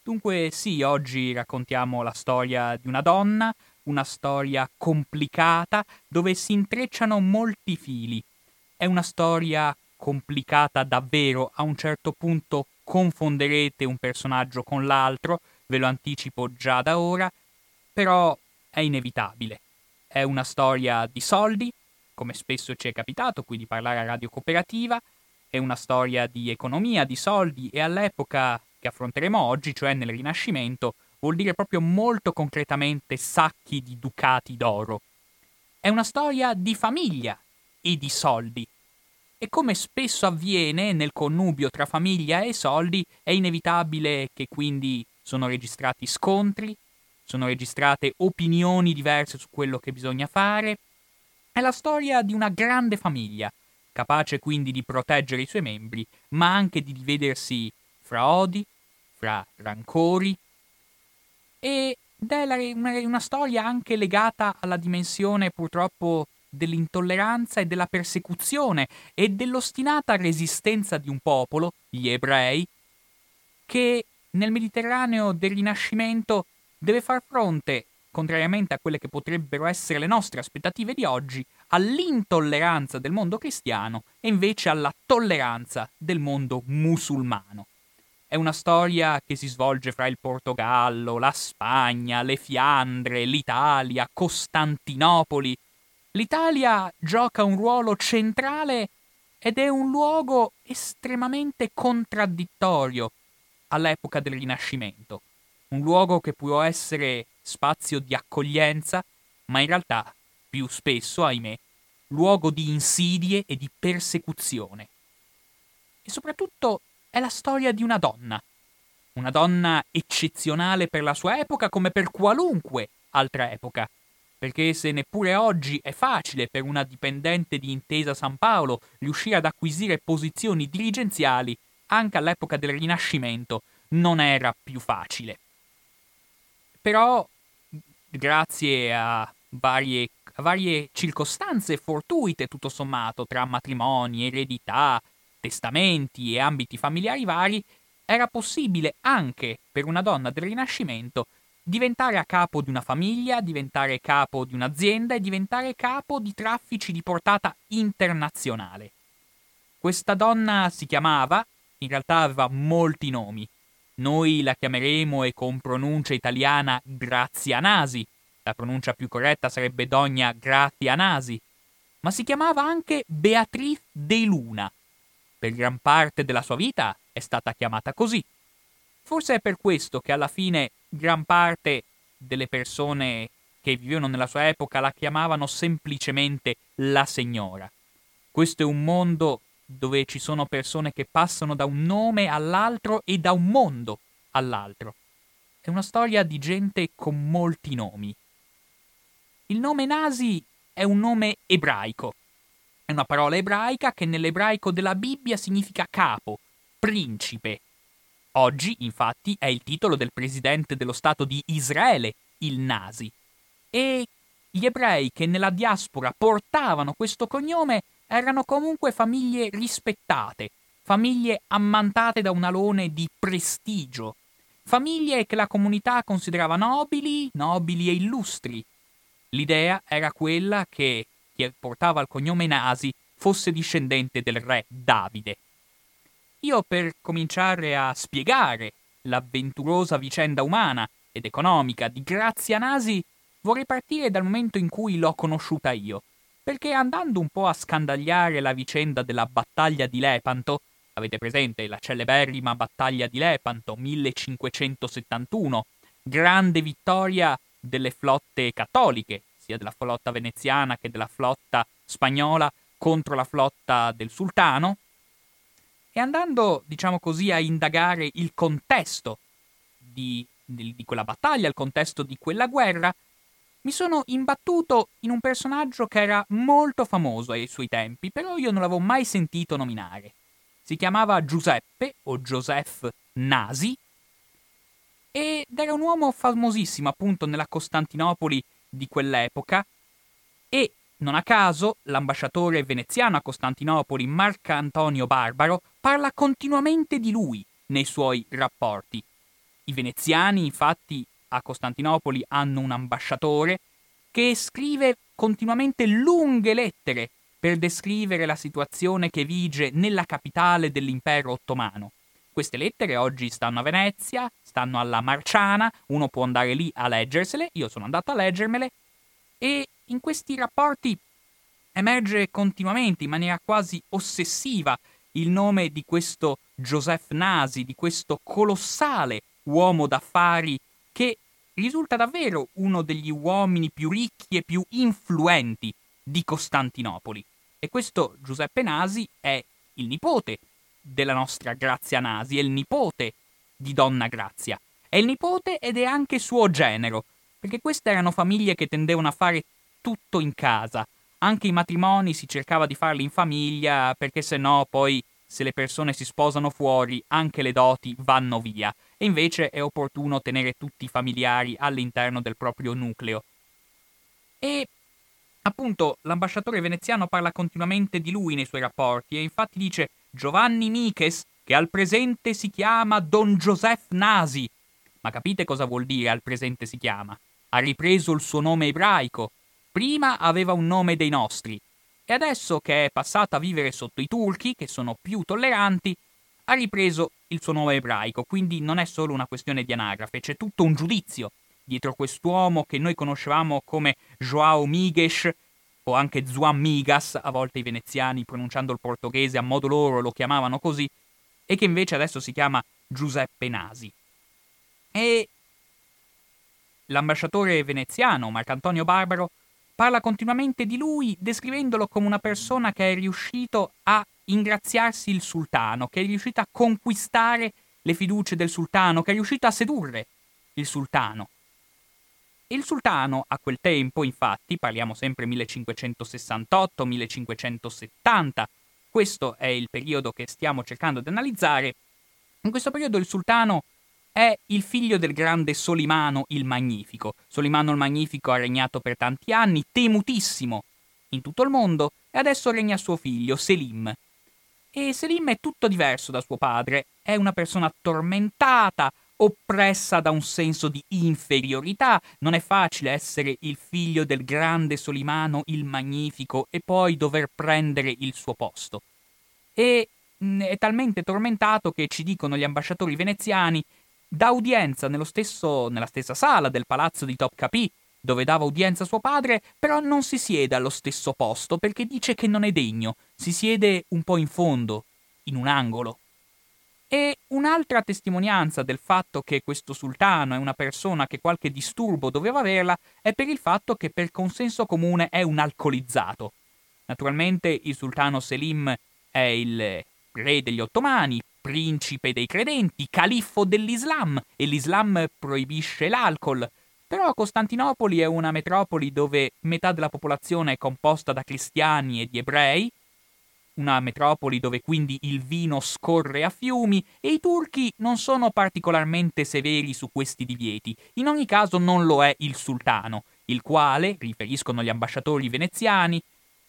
Dunque sì, oggi raccontiamo la storia di una donna, una storia complicata dove si intrecciano molti fili. È una storia complicata davvero, a un certo punto confonderete un personaggio con l'altro, ve lo anticipo già da ora, però è inevitabile. È una storia di soldi, come spesso ci è capitato qui di parlare a Radio Cooperativa, è una storia di economia, di soldi e all'epoca che affronteremo oggi, cioè nel Rinascimento, vuol dire proprio molto concretamente sacchi di ducati d'oro. È una storia di famiglia e di soldi. E come spesso avviene nel connubio tra famiglia e soldi, è inevitabile che quindi sono registrati scontri, sono registrate opinioni diverse su quello che bisogna fare. È la storia di una grande famiglia, capace quindi di proteggere i suoi membri, ma anche di dividersi fra odi, fra rancori, ed è una storia anche legata alla dimensione purtroppo dell'intolleranza e della persecuzione e dell'ostinata resistenza di un popolo, gli ebrei, che nel Mediterraneo del Rinascimento deve far fronte, contrariamente a quelle che potrebbero essere le nostre aspettative di oggi, all'intolleranza del mondo cristiano e invece alla tolleranza del mondo musulmano. È una storia che si svolge fra il Portogallo, la Spagna, le Fiandre, l'Italia, Costantinopoli. L'Italia gioca un ruolo centrale ed è un luogo estremamente contraddittorio all'epoca del Rinascimento. Un luogo che può essere spazio di accoglienza, ma in realtà, più spesso, ahimè, luogo di insidie e di persecuzione. E soprattutto è la storia di una donna eccezionale per la sua epoca come per qualunque altra epoca. Perché se neppure oggi è facile per una dipendente di Intesa San Paolo riuscire ad acquisire posizioni dirigenziali, anche all'epoca del Rinascimento non era più facile. Però, grazie a varie circostanze fortuite, tutto sommato, tra matrimoni, eredità, testamenti e ambiti familiari vari, era possibile anche per una donna del Rinascimento diventare a capo di una famiglia, diventare capo di un'azienda e diventare capo di traffici di portata internazionale. Questa donna si chiamava, in realtà aveva molti nomi. Noi la chiameremo e con pronuncia italiana Grazianasi. La pronuncia più corretta sarebbe Donna Gratianasi. Ma si chiamava anche Beatriz de Luna. Per gran parte della sua vita è stata chiamata così. Forse è per questo che alla fine gran parte delle persone che vivevano nella sua epoca la chiamavano semplicemente la signora. Questo è un mondo dove ci sono persone che passano da un nome all'altro e da un mondo all'altro. È una storia di gente con molti nomi. Il nome Nasi è un nome ebraico. È una parola ebraica che nell'ebraico della Bibbia significa capo, principe. Oggi, infatti, è il titolo del presidente dello Stato di Israele, il Nasi. E gli ebrei che nella diaspora portavano questo cognome erano comunque famiglie rispettate, famiglie ammantate da un alone di prestigio, famiglie che la comunità considerava nobili, nobili e illustri. L'idea era quella che chi portava il cognome Nasi fosse discendente del re Davide. Io per cominciare a spiegare l'avventurosa vicenda umana ed economica di Grazia Nasi vorrei partire dal momento in cui l'ho conosciuta io, perché andando un po' a scandagliare la vicenda della battaglia di Lepanto, avete presente la celeberrima battaglia di Lepanto 1571, grande vittoria delle flotte cattoliche, sia della flotta veneziana che della flotta spagnola contro la flotta del sultano, e andando, diciamo così, a indagare il contesto di quella battaglia, il contesto di quella guerra, mi sono imbattuto in un personaggio che era molto famoso ai suoi tempi, però io non l'avevo mai sentito nominare. Si chiamava Giuseppe o Joseph Nasi ed era un uomo famosissimo appunto nella Costantinopoli di quell'epoca e, non a caso, l'ambasciatore veneziano a Costantinopoli, Marcantonio Barbaro, parla continuamente di lui nei suoi rapporti. I veneziani, infatti, a Costantinopoli hanno un ambasciatore che scrive continuamente lunghe lettere per descrivere la situazione che vige nella capitale dell'impero ottomano. Queste lettere oggi stanno a Venezia, stanno alla Marciana, uno può andare lì a leggersele, io sono andato a leggermele, e in questi rapporti emerge continuamente, in maniera quasi ossessiva, il nome di questo Joseph Nasi, di questo colossale uomo d'affari che risulta davvero uno degli uomini più ricchi e più influenti di Costantinopoli. E questo Giuseppe Nasi è il nipote della nostra Grazia Nasi, è il nipote di Donna Grazia. È il nipote ed è anche suo genero, perché queste erano famiglie che tendevano a fare tutto in casa. Anche i matrimoni si cercava di farli in famiglia, perché se no poi se le persone si sposano fuori anche le doti vanno via. E invece è opportuno tenere tutti i familiari all'interno del proprio nucleo. E appunto l'ambasciatore veneziano parla continuamente di lui nei suoi rapporti e infatti dice Giovanni Miches, che al presente si chiama Don Joseph Nasi. Ma capite cosa vuol dire al presente si chiama? Ha ripreso il suo nome ebraico. Prima aveva un nome dei nostri. E adesso che è passato a vivere sotto i turchi, che sono più tolleranti, ha ripreso il suo nome ebraico. Quindi non è solo una questione di anagrafe, c'è tutto un giudizio dietro quest'uomo che noi conoscevamo come João Migues o anche Juan Migas, a volte i veneziani pronunciando il portoghese a modo loro lo chiamavano così, e che invece adesso si chiama Giuseppe Nasi. E l'ambasciatore veneziano Marcantonio Barbaro parla continuamente di lui descrivendolo come una persona che è riuscito a ingraziarsi il sultano, che è riuscito a conquistare le fiducie del sultano, che è riuscito a sedurre il sultano. Il sultano a quel tempo, infatti, parliamo sempre 1568-1570, questo è il periodo che stiamo cercando di analizzare, in questo periodo il sultano è il figlio del grande Solimano il Magnifico. Solimano il Magnifico ha regnato per tanti anni, temutissimo in tutto il mondo, e adesso regna suo figlio Selim. E Selim è tutto diverso da suo padre, è una persona tormentata, oppressa da un senso di inferiorità. Non è facile essere il figlio del grande Solimano il Magnifico e poi dover prendere il suo posto. E è talmente tormentato che ci dicono gli ambasciatori veneziani dà udienza nella stessa sala del palazzo di Topkapi, dove dava udienza suo padre, però non si siede allo stesso posto perché dice che non è degno, si siede un po' in fondo, in un angolo. E un'altra testimonianza del fatto che questo sultano è una persona che qualche disturbo doveva averla è per il fatto che per consenso comune è un alcolizzato. Naturalmente il sultano Selim è il re degli ottomani, principe dei credenti, califfo dell'Islam e l'Islam proibisce l'alcol. Però Costantinopoli è una metropoli dove metà della popolazione è composta da cristiani e di ebrei, una metropoli dove quindi il vino scorre a fiumi e i turchi non sono particolarmente severi su questi divieti. In ogni caso non lo è il sultano, il quale, riferiscono gli ambasciatori veneziani,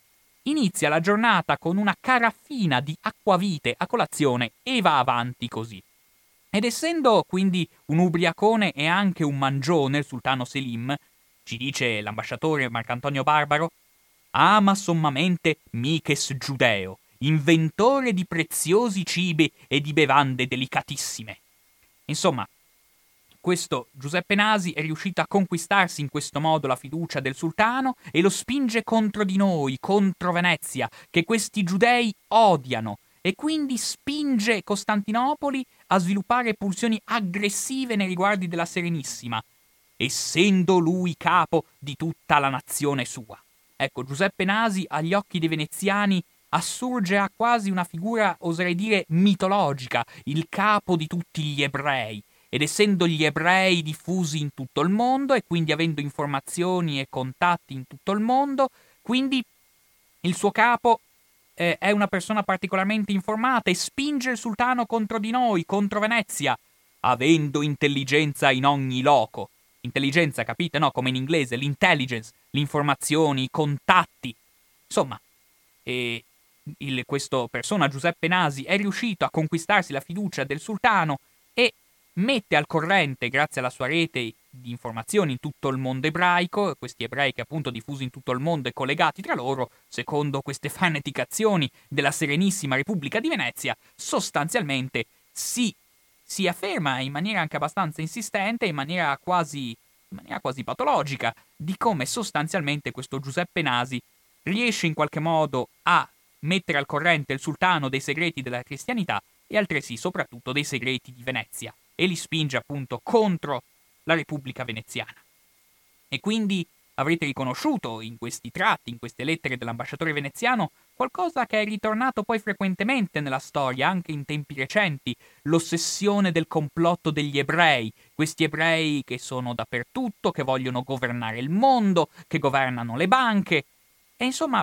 inizia la giornata con una caraffina di acquavite a colazione e va avanti così. Ed essendo quindi un ubriacone e anche un mangione il sultano Selim, ci dice l'ambasciatore Marcantonio Barbaro, ama sommamente Miches Giudeo, inventore di preziosi cibi e di bevande delicatissime. Insomma, questo Giuseppe Nasi è riuscito a conquistarsi in questo modo la fiducia del sultano e lo spinge contro di noi, contro Venezia, che questi giudei odiano, e quindi spinge Costantinopoli a sviluppare pulsioni aggressive nei riguardi della Serenissima, essendo lui capo di tutta la nazione sua. Ecco, Giuseppe Nasi agli occhi dei veneziani assurge a quasi una figura, oserei dire, mitologica, il capo di tutti gli ebrei. Ed essendo gli ebrei diffusi in tutto il mondo e quindi avendo informazioni e contatti in tutto il mondo, quindi il suo capo è una persona particolarmente informata e spinge il sultano contro di noi, contro Venezia, avendo intelligenza in ogni loco. Intelligenza, capite, no? Come in inglese, l'intelligence, le informazioni, i contatti. Insomma, questo persona, Giuseppe Nasi, è riuscito a conquistarsi la fiducia del sultano e mette al corrente, grazie alla sua rete di informazioni in tutto il mondo ebraico, questi ebrei che appunto diffusi in tutto il mondo e collegati tra loro, secondo queste fanaticazioni della Serenissima Repubblica di Venezia, sostanzialmente si afferma in maniera anche abbastanza insistente, in maniera quasi patologica, di come sostanzialmente questo Giuseppe Nasi riesce in qualche modo a mettere al corrente il sultano dei segreti della cristianità e altresì soprattutto dei segreti di Venezia, e li spinge appunto contro la Repubblica Veneziana. E quindi avrete riconosciuto in questi tratti, in queste lettere dell'ambasciatore veneziano, qualcosa che è ritornato poi frequentemente nella storia, anche in tempi recenti, l'ossessione del complotto degli ebrei, questi ebrei che sono dappertutto, che vogliono governare il mondo, che governano le banche, e insomma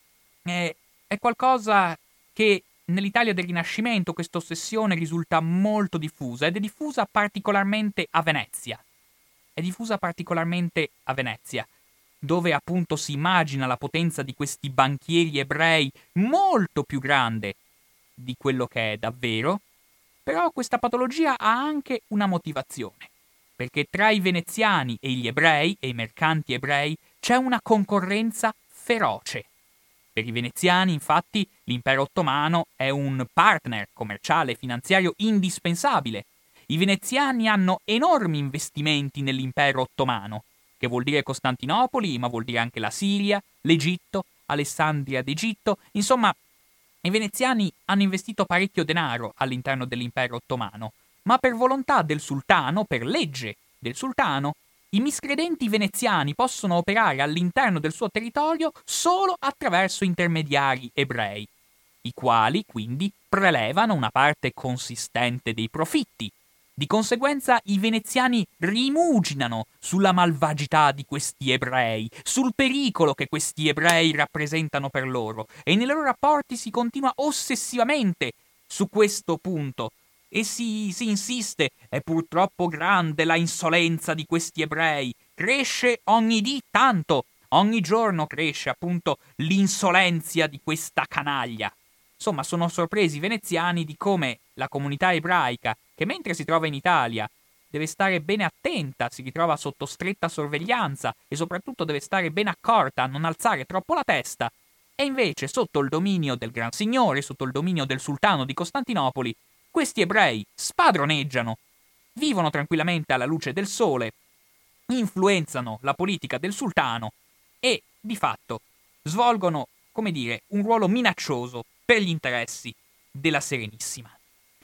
è qualcosa che nell'Italia del Rinascimento questa ossessione risulta molto diffusa ed è diffusa particolarmente a Venezia. È diffusa particolarmente a Venezia, dove appunto si immagina la potenza di questi banchieri ebrei molto più grande di quello che è davvero, però questa patologia ha anche una motivazione, perché tra i veneziani e gli ebrei e i mercanti ebrei c'è una concorrenza feroce. Per i veneziani, infatti, l'impero ottomano è un partner commerciale e finanziario indispensabile. I veneziani hanno enormi investimenti nell'impero ottomano, che vuol dire Costantinopoli, ma vuol dire anche la Siria, l'Egitto, Alessandria d'Egitto. Insomma, i veneziani hanno investito parecchio denaro all'interno dell'impero ottomano, ma per volontà del sultano, per legge del sultano, i miscredenti veneziani possono operare all'interno del suo territorio solo attraverso intermediari ebrei, i quali quindi prelevano una parte consistente dei profitti. Di conseguenza i veneziani rimuginano sulla malvagità di questi ebrei, sul pericolo che questi ebrei rappresentano per loro, e nei loro rapporti si continua ossessivamente su questo punto, e si insiste. È purtroppo grande la insolenza di questi ebrei, cresce ogni dì tanto, ogni giorno cresce appunto l'insolenzia di questa canaglia. Insomma, sono sorpresi i veneziani di come la comunità ebraica, che mentre si trova in Italia deve stare bene attenta, si ritrova sotto stretta sorveglianza e soprattutto deve stare ben accorta a non alzare troppo la testa, e invece sotto il dominio del Gran Signore, sotto il dominio del sultano di Costantinopoli, questi ebrei spadroneggiano, vivono tranquillamente alla luce del sole, influenzano la politica del sultano e, di fatto, svolgono, come dire, un ruolo minaccioso per gli interessi della Serenissima.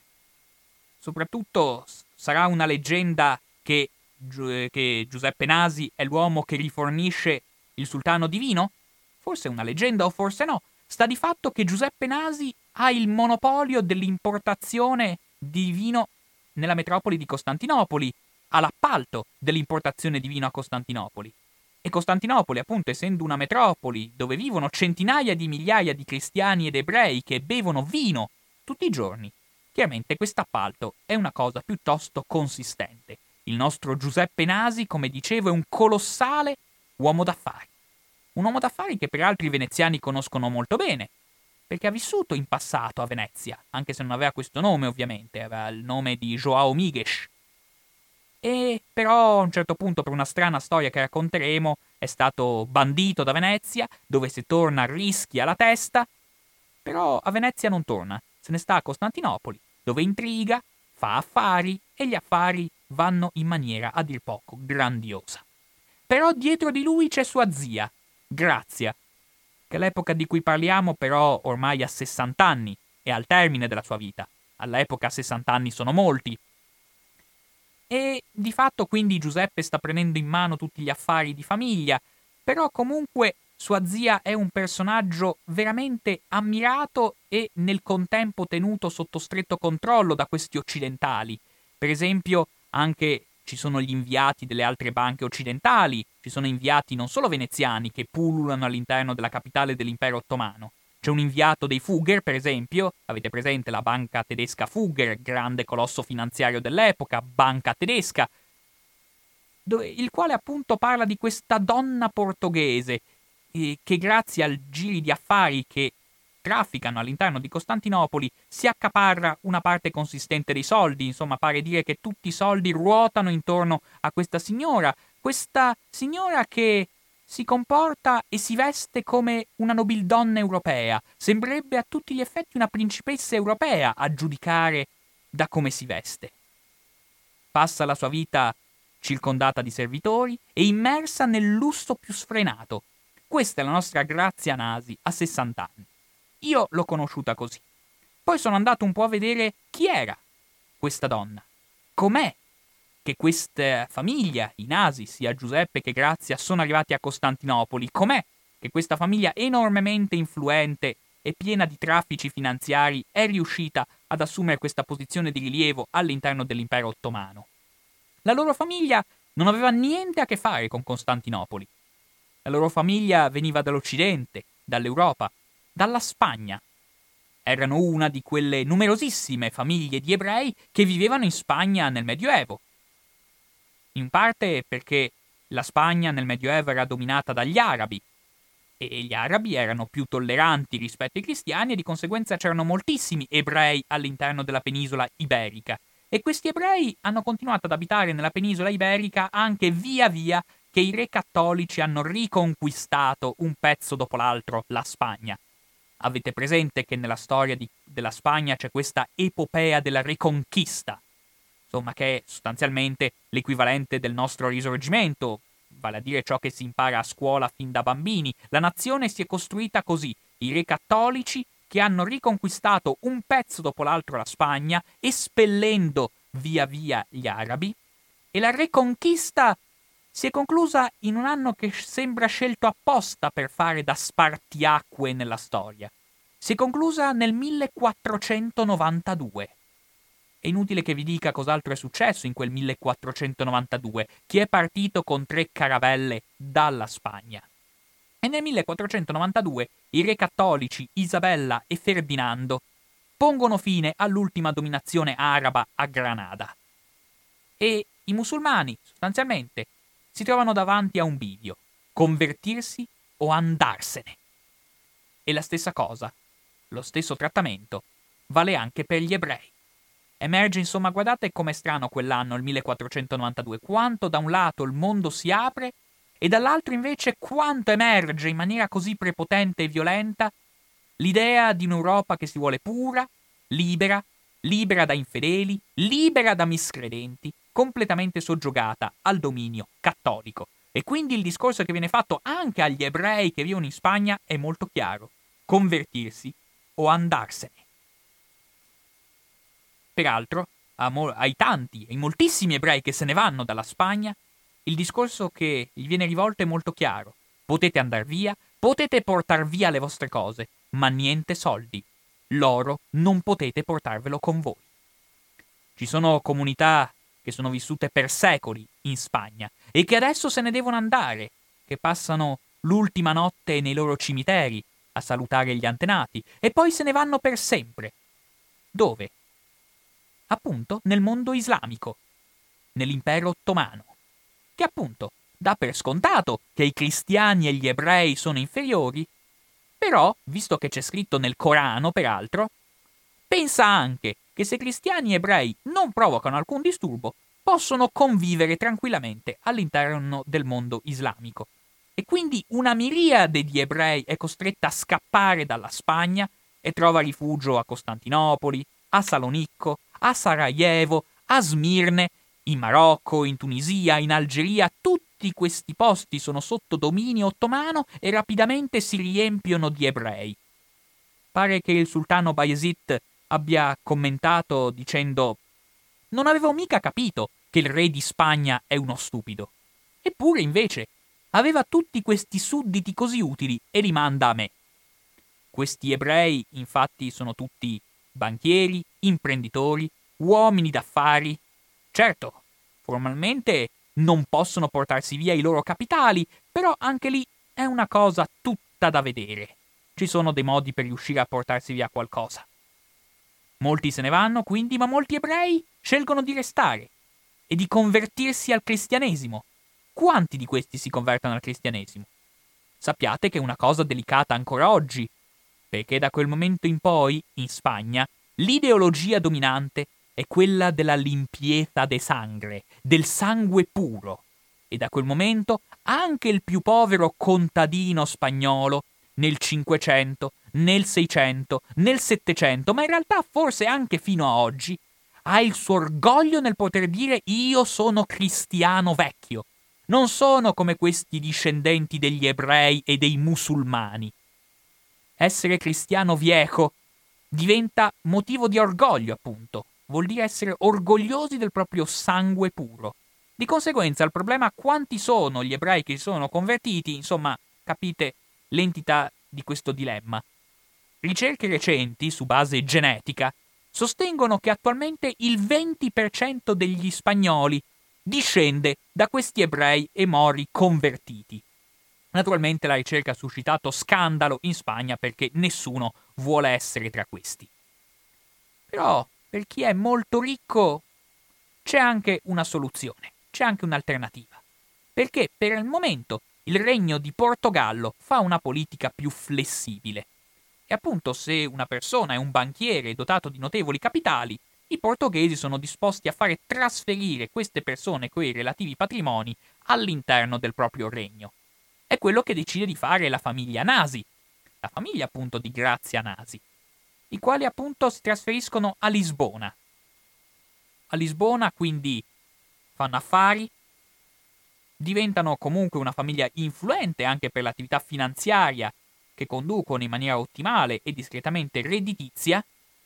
Soprattutto sarà una leggenda che Giuseppe Nasi è l'uomo che rifornisce il sultano divino? Forse è una leggenda o forse no. Sta di fatto che Giuseppe Nasi ha il monopolio dell'importazione di vino nella metropoli di Costantinopoli, ha l'appalto dell'importazione di vino a Costantinopoli. E Costantinopoli, appunto, essendo una metropoli dove vivono centinaia di migliaia di cristiani ed ebrei che bevono vino tutti i giorni, chiaramente quest'appalto è una cosa piuttosto consistente. Il nostro Giuseppe Nasi, come dicevo, è un colossale uomo d'affari. Un uomo d'affari che peraltro i veneziani conoscono molto bene, perché ha vissuto in passato a Venezia, anche se non aveva questo nome ovviamente, aveva il nome di Joao Migues. E però a un certo punto, per una strana storia che racconteremo, è stato bandito da Venezia, dove se torna rischia la testa, però a Venezia non torna, se ne sta a Costantinopoli, dove intriga, fa affari e gli affari vanno in maniera a dir poco grandiosa. Però dietro di lui c'è sua zia, Grazia, che all'epoca di cui parliamo però ormai ha 60 anni, è al termine della sua vita. All'epoca 60 anni sono molti. E di fatto quindi Giuseppe sta prendendo in mano tutti gli affari di famiglia, però comunque sua zia è un personaggio veramente ammirato e nel contempo tenuto sotto stretto controllo da questi occidentali. Per esempio, anche ci sono gli inviati delle altre banche occidentali, ci sono inviati non solo veneziani che pullulano all'interno della capitale dell'impero ottomano. C'è un inviato dei Fugger, per esempio, avete presente la banca tedesca Fugger, grande colosso finanziario dell'epoca, banca tedesca, il quale appunto parla di questa donna portoghese che grazie al giri di affari che trafficano all'interno di Costantinopoli, si accaparra una parte consistente dei soldi, insomma pare dire che tutti i soldi ruotano intorno a questa signora che si comporta e si veste come una nobildonna europea, sembrerebbe a tutti gli effetti una principessa europea a giudicare da come si veste. Passa la sua vita circondata di servitori e immersa nel lusso più sfrenato. Questa è la nostra Grazia Nasi a 60 anni. Io l'ho conosciuta così. Poi sono andato un po' a vedere chi era questa donna. Com'è che questa famiglia, i Nasi, sia Giuseppe che Grazia, sono arrivati a Costantinopoli? Com'è che questa famiglia enormemente influente e piena di traffici finanziari è riuscita ad assumere questa posizione di rilievo all'interno dell'impero ottomano? La loro famiglia non aveva niente a che fare con Costantinopoli. La loro famiglia veniva dall'Occidente, dall'Europa, dalla Spagna. Erano una di quelle numerosissime famiglie di ebrei che vivevano in Spagna nel Medioevo. In parte perché la Spagna nel Medioevo era dominata dagli arabi e gli arabi erano più tolleranti rispetto ai cristiani e di conseguenza c'erano moltissimi ebrei all'interno della penisola iberica. E questi ebrei hanno continuato ad abitare nella penisola iberica anche via via che i re cattolici hanno riconquistato un pezzo dopo l'altro la Spagna. Avete presente che nella storia della Spagna c'è questa epopea della Reconquista, insomma che è sostanzialmente l'equivalente del nostro Risorgimento, vale a dire ciò che si impara a scuola fin da bambini. La nazione si è costruita così, i re cattolici che hanno riconquistato un pezzo dopo l'altro la Spagna, espellendo via via gli arabi, e la Reconquista si è conclusa in un anno che sembra scelto apposta per fare da spartiacque nella storia. Si è conclusa nel 1492. È inutile che vi dica cos'altro è successo in quel 1492, chi è partito con 3 caravelle dalla Spagna. E nel 1492 i re cattolici Isabella e Ferdinando pongono fine all'ultima dominazione araba a Granada. E i musulmani, sostanzialmente, si trovano davanti a un bivio: convertirsi o andarsene. E la stessa cosa, lo stesso trattamento, vale anche per gli ebrei. Emerge, insomma, guardate com'è strano quell'anno, il 1492, quanto da un lato il mondo si apre e dall'altro invece quanto emerge in maniera così prepotente e violenta l'idea di un'Europa che si vuole pura, libera, libera da infedeli, libera da miscredenti, completamente soggiogata al dominio cattolico. E quindi il discorso che viene fatto anche agli ebrei che vivono in Spagna è molto chiaro: convertirsi o andarsene. Peraltro, ai tanti, ai moltissimi ebrei che se ne vanno dalla Spagna, il discorso che gli viene rivolto è molto chiaro: potete andare via, potete portar via le vostre cose, ma niente soldi. L'oro non potete portarvelo con voi. Ci sono comunità che sono vissute per secoli in Spagna e che adesso se ne devono andare, che passano l'ultima notte nei loro cimiteri a salutare gli antenati e poi se ne vanno per sempre. Dove? Appunto nel mondo islamico, nell'impero ottomano, che appunto dà per scontato che i cristiani e gli ebrei sono inferiori, però, visto che c'è scritto nel Corano, peraltro, pensa anche che se cristiani e ebrei non provocano alcun disturbo, possono convivere tranquillamente all'interno del mondo islamico. E quindi una miriade di ebrei è costretta a scappare dalla Spagna e trova rifugio a Costantinopoli, a Salonicco, a Sarajevo, a Smirne, in Marocco, in Tunisia, in Algeria. Tutti questi posti sono sotto dominio ottomano e rapidamente si riempiono di ebrei. Pare che il sultano Bayezid abbia commentato dicendo: «Non avevo mica capito che il re di Spagna è uno stupido. Eppure, invece, aveva tutti questi sudditi così utili e li manda a me». Questi ebrei, infatti, sono tutti banchieri, imprenditori, uomini d'affari. Certo, formalmente non possono portarsi via i loro capitali, però anche lì è una cosa tutta da vedere. Ci sono dei modi per riuscire a portarsi via qualcosa. Molti se ne vanno, quindi, ma molti ebrei scelgono di restare e di convertirsi al cristianesimo. Quanti di questi si convertono al cristianesimo? Sappiate che è una cosa delicata ancora oggi. Perché da quel momento in poi, in Spagna, l'ideologia dominante è quella della limpieza de sangre, del sangue puro. E da quel momento anche il più povero contadino spagnolo, nel 500, nel 600, nel 700, ma in realtà forse anche fino a oggi, ha il suo orgoglio nel poter dire io sono cristiano vecchio. Non sono come questi discendenti degli ebrei e dei musulmani. Essere cristiano viejo diventa motivo di orgoglio, appunto. Vuol dire essere orgogliosi del proprio sangue puro. Di conseguenza, il problema quanti sono gli ebrei che si sono convertiti, insomma, capite l'entità di questo dilemma. Ricerche recenti, su base genetica, sostengono che attualmente il 20% degli spagnoli discende da questi ebrei e mori convertiti. Naturalmente la ricerca ha suscitato scandalo in Spagna perché nessuno vuole essere tra questi. Però per chi è molto ricco c'è anche una soluzione, c'è anche un'alternativa. Perché per il momento il Regno di Portogallo fa una politica più flessibile. E appunto se una persona è un banchiere dotato di notevoli capitali, i portoghesi sono disposti a fare trasferire queste persone coi relativi patrimoni all'interno del proprio regno. È quello che decide di fare la famiglia Nasi, la famiglia appunto di Grazia Nasi, i quali appunto si trasferiscono a Lisbona. A Lisbona quindi fanno affari, diventano comunque una famiglia influente anche per l'attività finanziaria che conducono in maniera ottimale e discretamente redditizia,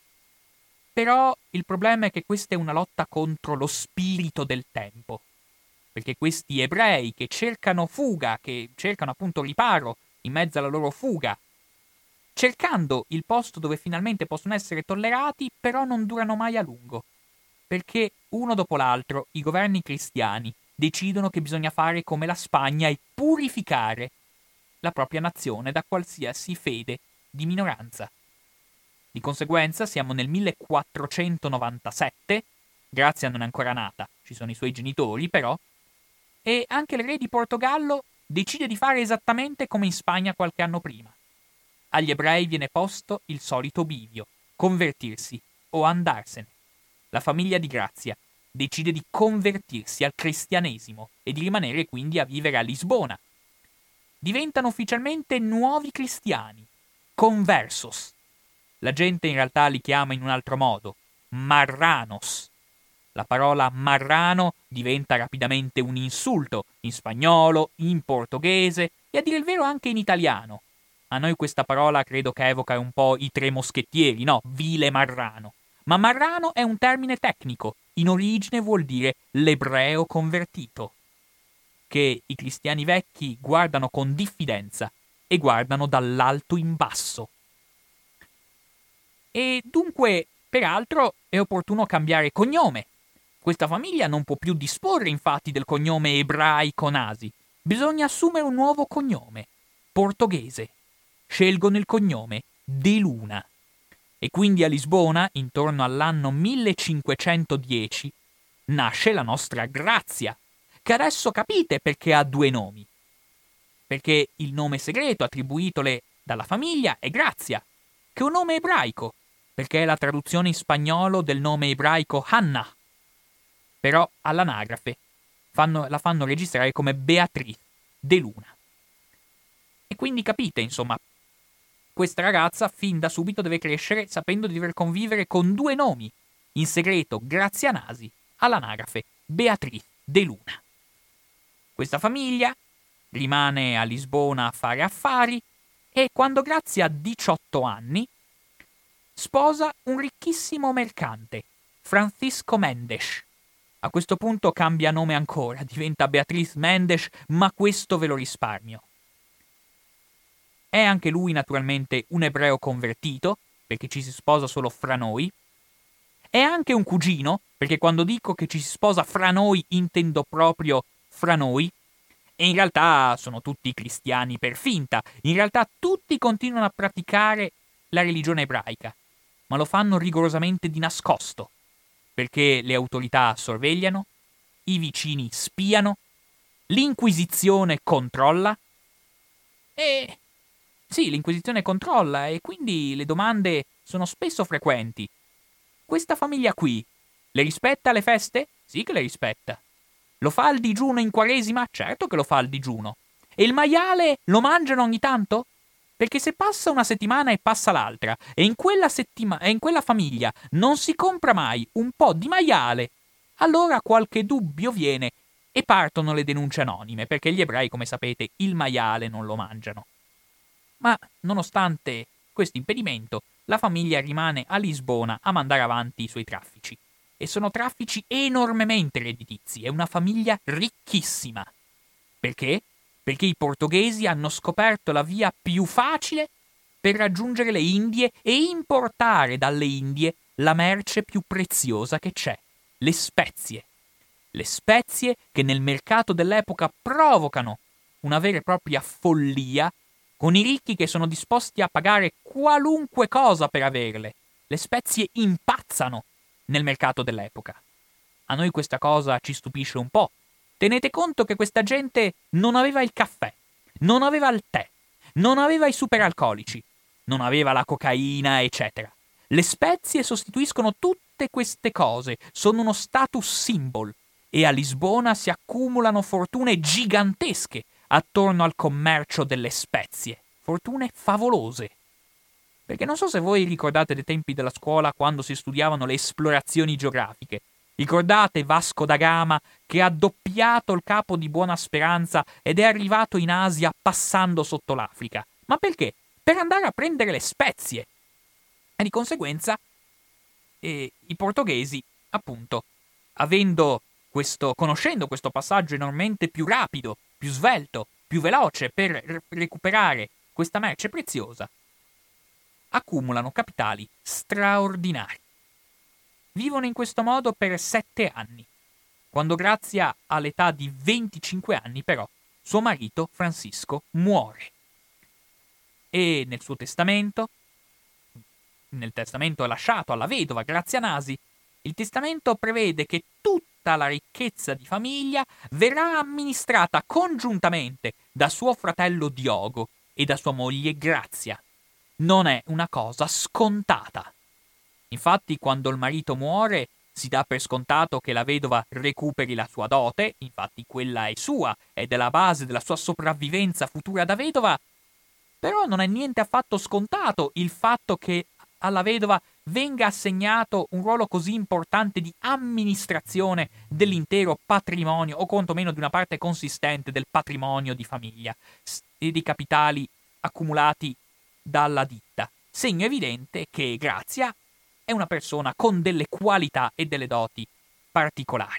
però il problema è che questa è una lotta contro lo spirito del tempo. Perché questi ebrei che cercano fuga, che cercano appunto riparo in mezzo alla loro fuga, cercando il posto dove finalmente possono essere tollerati, però non durano mai a lungo. Perché uno dopo l'altro i governi cristiani decidono che bisogna fare come la Spagna e purificare la propria nazione da qualsiasi fede di minoranza. Di conseguenza siamo nel 1497, Grazia non è ancora nata, ci sono i suoi genitori però, e anche il re di Portogallo decide di fare esattamente come in Spagna qualche anno prima. Agli ebrei viene posto il solito bivio, convertirsi o andarsene. La famiglia di Grazia decide di convertirsi al cristianesimo e di rimanere quindi a vivere a Lisbona. Diventano ufficialmente nuovi cristiani, conversos. La gente in realtà li chiama in un altro modo, marranos. La parola marrano diventa rapidamente un insulto in spagnolo, in portoghese e a dire il vero anche in italiano. A noi questa parola credo che evoca un po' i tre moschettieri, no? Vile marrano. Ma marrano è un termine tecnico, in origine vuol dire l'ebreo convertito, che i cristiani vecchi guardano con diffidenza e guardano dall'alto in basso. E dunque, peraltro, è opportuno cambiare cognome. Questa famiglia non può più disporre infatti del cognome ebraico Nasi. Bisogna assumere un nuovo cognome, portoghese. Scelgono il cognome De Luna. E quindi a Lisbona, intorno all'anno 1510, nasce la nostra Grazia, che adesso capite perché ha due nomi. Perché il nome segreto attribuitole dalla famiglia è Grazia, che è un nome ebraico, perché è la traduzione in spagnolo del nome ebraico Hannah. Però all'anagrafe la fanno registrare come Beatriz de Luna. E quindi capite, insomma, questa ragazza fin da subito deve crescere sapendo di dover convivere con due nomi, in segreto Grazia Nasi, all'anagrafe Beatriz de Luna. Questa famiglia rimane a Lisbona a fare affari e quando Grazia ha 18 anni sposa un ricchissimo mercante, Francisco Mendes. A questo punto cambia nome ancora, diventa Beatriz Mendes, ma questo ve lo risparmio. È anche lui naturalmente un ebreo convertito, perché ci si sposa solo fra noi. È anche un cugino, perché quando dico che ci si sposa fra noi intendo proprio fra noi. E in realtà sono tutti cristiani per finta. In realtà tutti continuano a praticare la religione ebraica, ma lo fanno rigorosamente di nascosto, perché le autorità sorvegliano, i vicini spiano, l'Inquisizione controlla e Sì, l'Inquisizione controlla e quindi le domande sono spesso frequenti. Questa famiglia qui le rispetta le feste? Sì che le rispetta. Lo fa al digiuno in Quaresima? Certo che lo fa al digiuno. E il maiale lo mangiano ogni tanto? Perché se passa una settimana e passa l'altra, e in quella famiglia non si compra mai un po' di maiale, allora qualche dubbio viene e partono le denunce anonime, perché gli ebrei, come sapete, il maiale non lo mangiano. Ma, nonostante questo impedimento, la famiglia rimane a Lisbona a mandare avanti i suoi traffici. E sono traffici enormemente redditizi, è una famiglia ricchissima. Perché? Perché i portoghesi hanno scoperto la via più facile per raggiungere le Indie e importare dalle Indie la merce più preziosa che c'è, le spezie. Le spezie che nel mercato dell'epoca provocano una vera e propria follia, con i ricchi che sono disposti a pagare qualunque cosa per averle. Le spezie impazzano nel mercato dell'epoca. A noi questa cosa ci stupisce un po'. Tenete conto che questa gente non aveva il caffè, non aveva il tè, non aveva i superalcolici, non aveva la cocaina, eccetera. Le spezie sostituiscono tutte queste cose, sono uno status symbol e a Lisbona si accumulano fortune gigantesche attorno al commercio delle spezie, fortune favolose. Perché non so se voi ricordate dei tempi della scuola quando si studiavano le esplorazioni geografiche. Ricordate Vasco da Gama che ha doppiato il capo di Buona Speranza ed è arrivato in Asia passando sotto l'Africa? Ma perché? Per andare a prendere le spezie. E di conseguenza i portoghesi, appunto, conoscendo questo passaggio enormemente più rapido, più svelto, più veloce per recuperare questa merce preziosa, accumulano capitali straordinari. Vivono in questo modo per 7 anni, quando grazie all'età di 25 anni però suo marito Francisco muore. E nel testamento lasciato alla vedova Grazia Nasi, il testamento prevede che tutta la ricchezza di famiglia verrà amministrata congiuntamente da suo fratello Diogo e da sua moglie Grazia. Non è una cosa scontata. Infatti, quando il marito muore, si dà per scontato che la vedova recuperi la sua dote, infatti quella è sua ed è la base della sua sopravvivenza futura da vedova, però non è niente affatto scontato il fatto che alla vedova venga assegnato un ruolo così importante di amministrazione dell'intero patrimonio, o quantomeno di una parte consistente del patrimonio di famiglia e di capitali accumulati dalla ditta. Segno evidente che Grazia è una persona con delle qualità e delle doti particolari.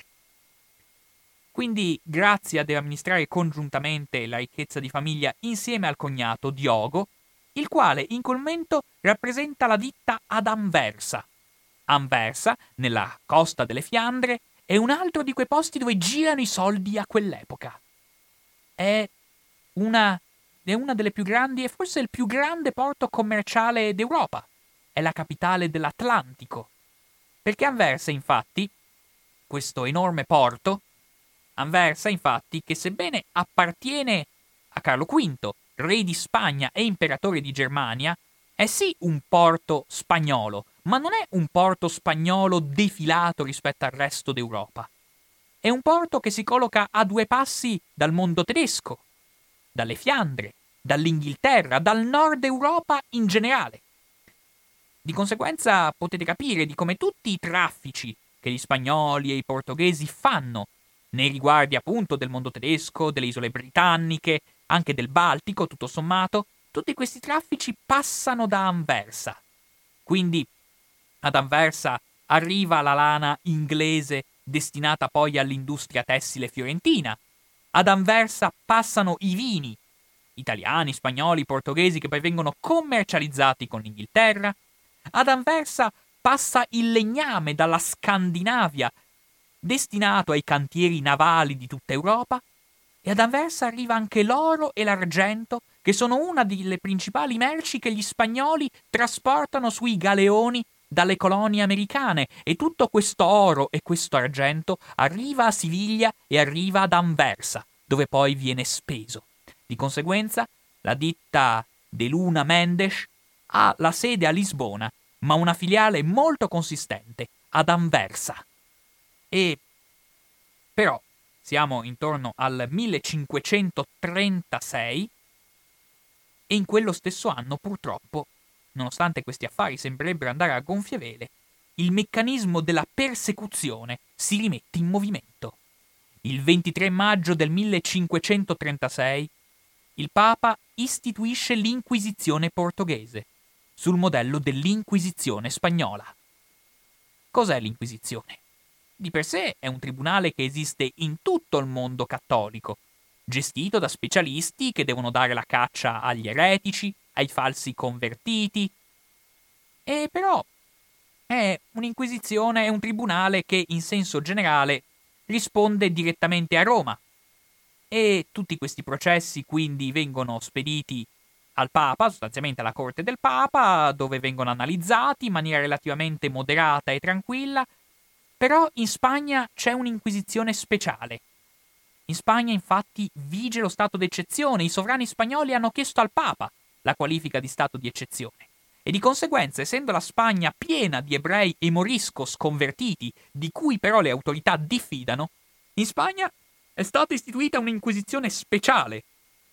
Quindi Grazia deve amministrare congiuntamente la ricchezza di famiglia insieme al cognato Diogo, il quale in quel momento rappresenta la ditta ad Anversa. Anversa, nella costa delle Fiandre, è un altro di quei posti dove girano i soldi a quell'epoca. È una delle più grandi e forse il più grande porto commerciale d'Europa. È la capitale dell'Atlantico. Perché Anversa, infatti, questo enorme porto, Anversa, infatti, che sebbene appartiene a Carlo V, re di Spagna e imperatore di Germania, è sì un porto spagnolo, ma non è un porto spagnolo defilato rispetto al resto d'Europa. È un porto che si colloca a 2 passi dal mondo tedesco, dalle Fiandre, dall'Inghilterra, dal nord Europa in generale. Di conseguenza potete capire di come tutti i traffici che gli spagnoli e i portoghesi fanno nei riguardi appunto del mondo tedesco, delle isole britanniche, anche del Baltico, tutto sommato, tutti questi traffici passano da Anversa. Quindi ad Anversa arriva la lana inglese destinata poi all'industria tessile fiorentina. Ad Anversa passano i vini italiani, spagnoli, portoghesi che poi vengono commercializzati con l'Inghilterra. Ad Anversa passa il legname dalla Scandinavia destinato ai cantieri navali di tutta Europa, e ad Anversa arriva anche l'oro e l'argento, che sono una delle principali merci che gli spagnoli trasportano sui galeoni dalle colonie americane, e tutto questo oro e questo argento arriva a Siviglia e arriva ad Anversa, dove poi viene speso. Di conseguenza, la ditta de Luna Mendes, ha la sede a Lisbona, ma una filiale molto consistente ad Anversa. E però siamo intorno al 1536 e in quello stesso anno, purtroppo, nonostante questi affari sembrerebbero andare a gonfie vele, il meccanismo della persecuzione si rimette in movimento. Il 23 maggio del 1536 il Papa istituisce l'Inquisizione portoghese, sul modello dell'Inquisizione spagnola. Cos'è l'Inquisizione? Di per sé è un tribunale che esiste in tutto il mondo cattolico, gestito da specialisti che devono dare la caccia agli eretici, ai falsi convertiti. E però è un'inquisizione, è un tribunale che in senso generale risponde direttamente a Roma. E tutti questi processi quindi vengono spediti al Papa, sostanzialmente alla corte del Papa, dove vengono analizzati in maniera relativamente moderata e tranquilla. Però in Spagna c'è un'inquisizione speciale. In Spagna infatti vige lo stato d'eccezione, i sovrani spagnoli hanno chiesto al Papa la qualifica di stato di eccezione. E di conseguenza, essendo la Spagna piena di ebrei e moriscos convertiti, di cui però le autorità diffidano, in Spagna è stata istituita un'inquisizione speciale,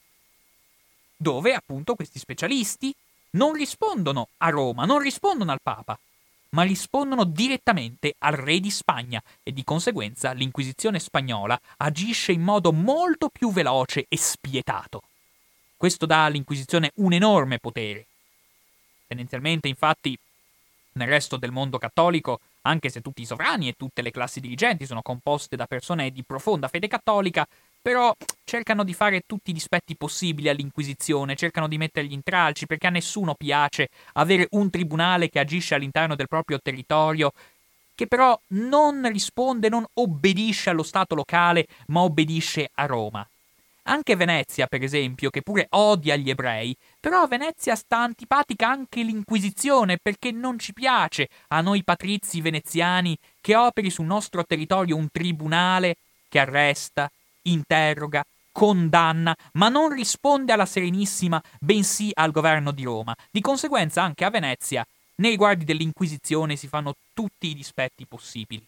dove appunto questi specialisti non rispondono a Roma, non rispondono al Papa, ma rispondono direttamente al re di Spagna e di conseguenza l'Inquisizione spagnola agisce in modo molto più veloce e spietato. Questo dà all'Inquisizione un enorme potere. Tendenzialmente, infatti, nel resto del mondo cattolico, anche se tutti i sovrani e tutte le classi dirigenti sono composte da persone di profonda fede cattolica, però cercano di fare tutti i dispetti possibili all'Inquisizione, cercano di mettergli intralci, perché a nessuno piace avere un tribunale che agisce all'interno del proprio territorio, che però non risponde, non obbedisce allo Stato locale, ma obbedisce a Roma. Anche Venezia, per esempio, che pure odia gli ebrei, però a Venezia sta antipatica anche l'Inquisizione perché non ci piace a noi patrizi veneziani che operi sul nostro territorio un tribunale che arresta, interroga, condanna, ma non risponde alla Serenissima, bensì al governo di Roma. Di conseguenza anche a Venezia, nei riguardi dell'Inquisizione, si fanno tutti i dispetti possibili.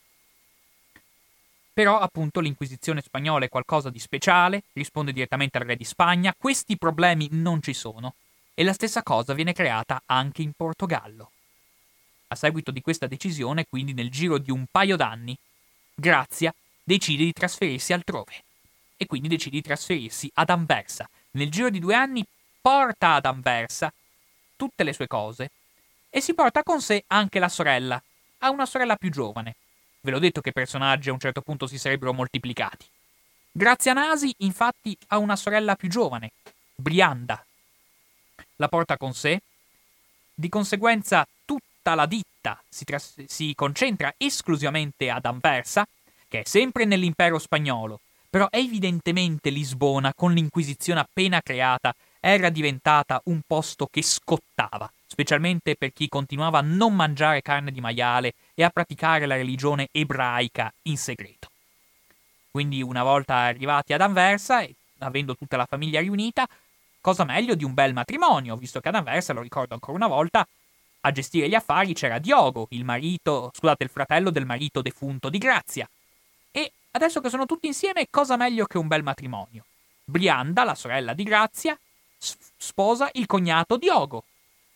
Però appunto l'Inquisizione spagnola è qualcosa di speciale, risponde direttamente al re di Spagna, questi problemi non ci sono e la stessa cosa viene creata anche in Portogallo. A seguito di questa decisione, quindi nel giro di un paio d'anni, Grazia decide di trasferirsi altrove e quindi decide di trasferirsi ad Anversa. Nel giro di 2 anni porta ad Anversa tutte le sue cose e si porta con sé anche la sorella. Ha una sorella più giovane. Ve l'ho detto che i personaggi a un certo punto si sarebbero moltiplicati. Grazia Nasi, infatti, ha una sorella più giovane, Brianda. La porta con sé. Di conseguenza, tutta la ditta si concentra esclusivamente ad Anversa, che è sempre nell'impero spagnolo. Però evidentemente Lisbona, con l'Inquisizione appena creata, era diventata un posto che scottava, specialmente per chi continuava a non mangiare carne di maiale e a praticare la religione ebraica in segreto. Quindi una volta arrivati ad Anversa e avendo tutta la famiglia riunita, cosa meglio di un bel matrimonio, visto che ad Anversa, lo ricordo ancora una volta, a gestire gli affari c'era Diogo, il fratello del marito defunto di Grazia. E adesso che sono tutti insieme, cosa meglio che un bel matrimonio? Brianda, la sorella di Grazia, sposa il cognato Diogo.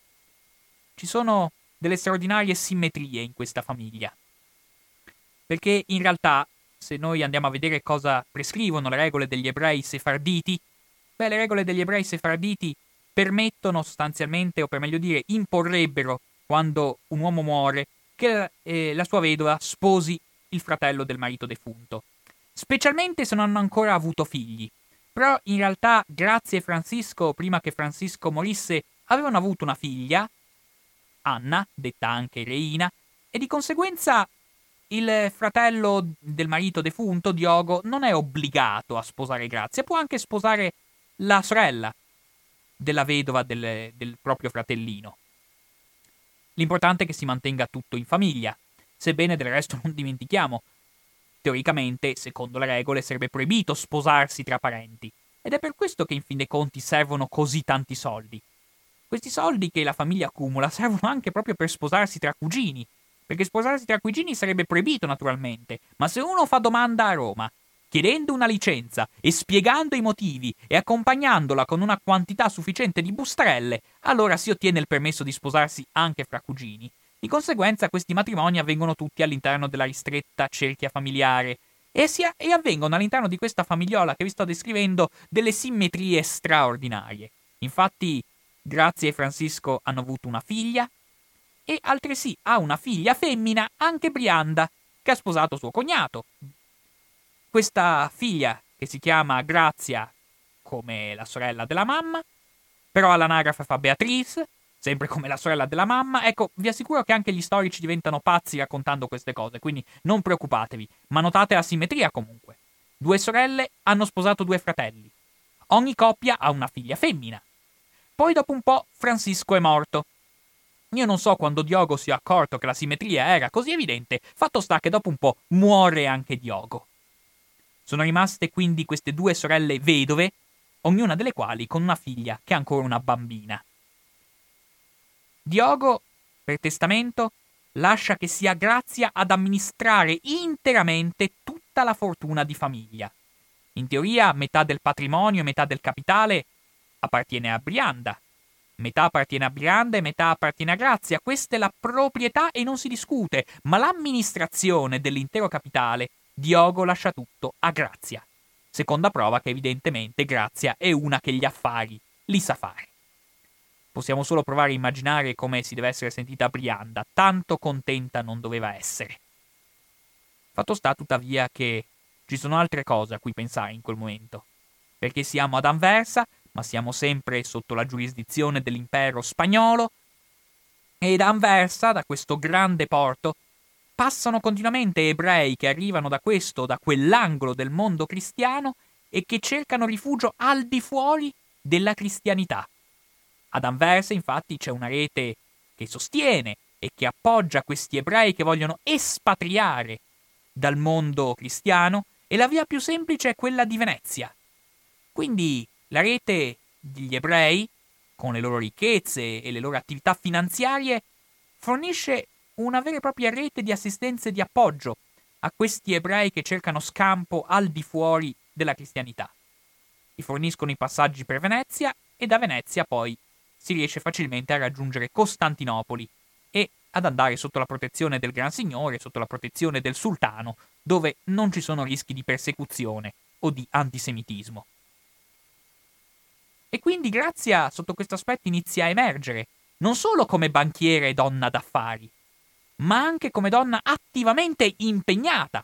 Ci sono delle straordinarie simmetrie in questa famiglia. Perché in realtà, se noi andiamo a vedere cosa prescrivono le regole degli ebrei sefarditi, le regole degli ebrei sefarditi permettono sostanzialmente, o per meglio dire, imporrebbero, quando un uomo muore, che la sua vedova sposi il fratello del marito defunto. Specialmente se non hanno ancora avuto figli. Però in realtà Grazia e Francisco, prima che Francisco morisse, avevano avuto una figlia, Anna, detta anche Reina, e di conseguenza il fratello del marito defunto, Diogo, non è obbligato a sposare Grazia, può anche sposare la sorella della vedova del proprio fratellino. L'importante è che si mantenga tutto in famiglia, sebbene del resto non dimentichiamo, teoricamente, secondo le regole, sarebbe proibito sposarsi tra parenti, ed è per questo che in fin dei conti servono così tanti soldi. Questi soldi che la famiglia accumula servono anche proprio per sposarsi tra cugini, perché sposarsi tra cugini sarebbe proibito naturalmente, ma se uno fa domanda a Roma, chiedendo una licenza e spiegando i motivi e accompagnandola con una quantità sufficiente di bustarelle, allora si ottiene il permesso di sposarsi anche fra cugini. Di conseguenza questi matrimoni avvengono tutti all'interno della ristretta cerchia familiare e avvengono all'interno di questa famigliola che vi sto descrivendo delle simmetrie straordinarie. Infatti, Grazia e Francisco hanno avuto una figlia e altresì ha una figlia femmina anche Brianda, che ha sposato suo cognato. Questa figlia, che si chiama Grazia, come la sorella della mamma, però all'anagrafe fa Beatrice, sempre come la sorella della mamma. Ecco, vi assicuro che anche gli storici diventano pazzi raccontando queste cose, quindi non preoccupatevi, ma notate la simmetria comunque. 2 sorelle hanno sposato 2 fratelli. Ogni coppia ha una figlia femmina. Poi dopo un po' Francisco è morto. Io non so quando Diogo si è accorto che la simmetria era così evidente, fatto sta che dopo un po' muore anche Diogo. Sono rimaste quindi queste 2 sorelle vedove, ognuna delle quali con una figlia che è ancora una bambina. Diogo, per testamento, lascia che sia Grazia ad amministrare interamente tutta la fortuna di famiglia. In teoria metà del patrimonio e metà del capitale appartiene a Brianda. Metà appartiene a Brianda e metà appartiene a Grazia. Questa è la proprietà e non si discute, ma l'amministrazione dell'intero capitale Diogo lascia tutto a Grazia. Seconda prova che evidentemente Grazia è una che gli affari li sa fare. Possiamo solo provare a immaginare come si deve essere sentita Brianda, tanto contenta non doveva essere. Fatto sta tuttavia che ci sono altre cose a cui pensare in quel momento, perché siamo ad Anversa, ma siamo sempre sotto la giurisdizione dell'impero spagnolo, e da Anversa, da questo grande porto, passano continuamente ebrei che arrivano da questo o da quell'angolo del mondo cristiano e che cercano rifugio al di fuori della cristianità. Ad Anversa, infatti, c'è una rete che sostiene e che appoggia questi ebrei che vogliono espatriare dal mondo cristiano, e la via più semplice è quella di Venezia. Quindi la rete degli ebrei, con le loro ricchezze e le loro attività finanziarie, fornisce una vera e propria rete di assistenza e di appoggio a questi ebrei che cercano scampo al di fuori della cristianità. Gli forniscono i passaggi per Venezia e da Venezia poi si riesce facilmente a raggiungere Costantinopoli e ad andare sotto la protezione del Gran Signore, sotto la protezione del sultano, dove non ci sono rischi di persecuzione o di antisemitismo. E quindi Grazia, sotto questo aspetto, inizia a emergere, non solo come banchiera e donna d'affari, ma anche come donna attivamente impegnata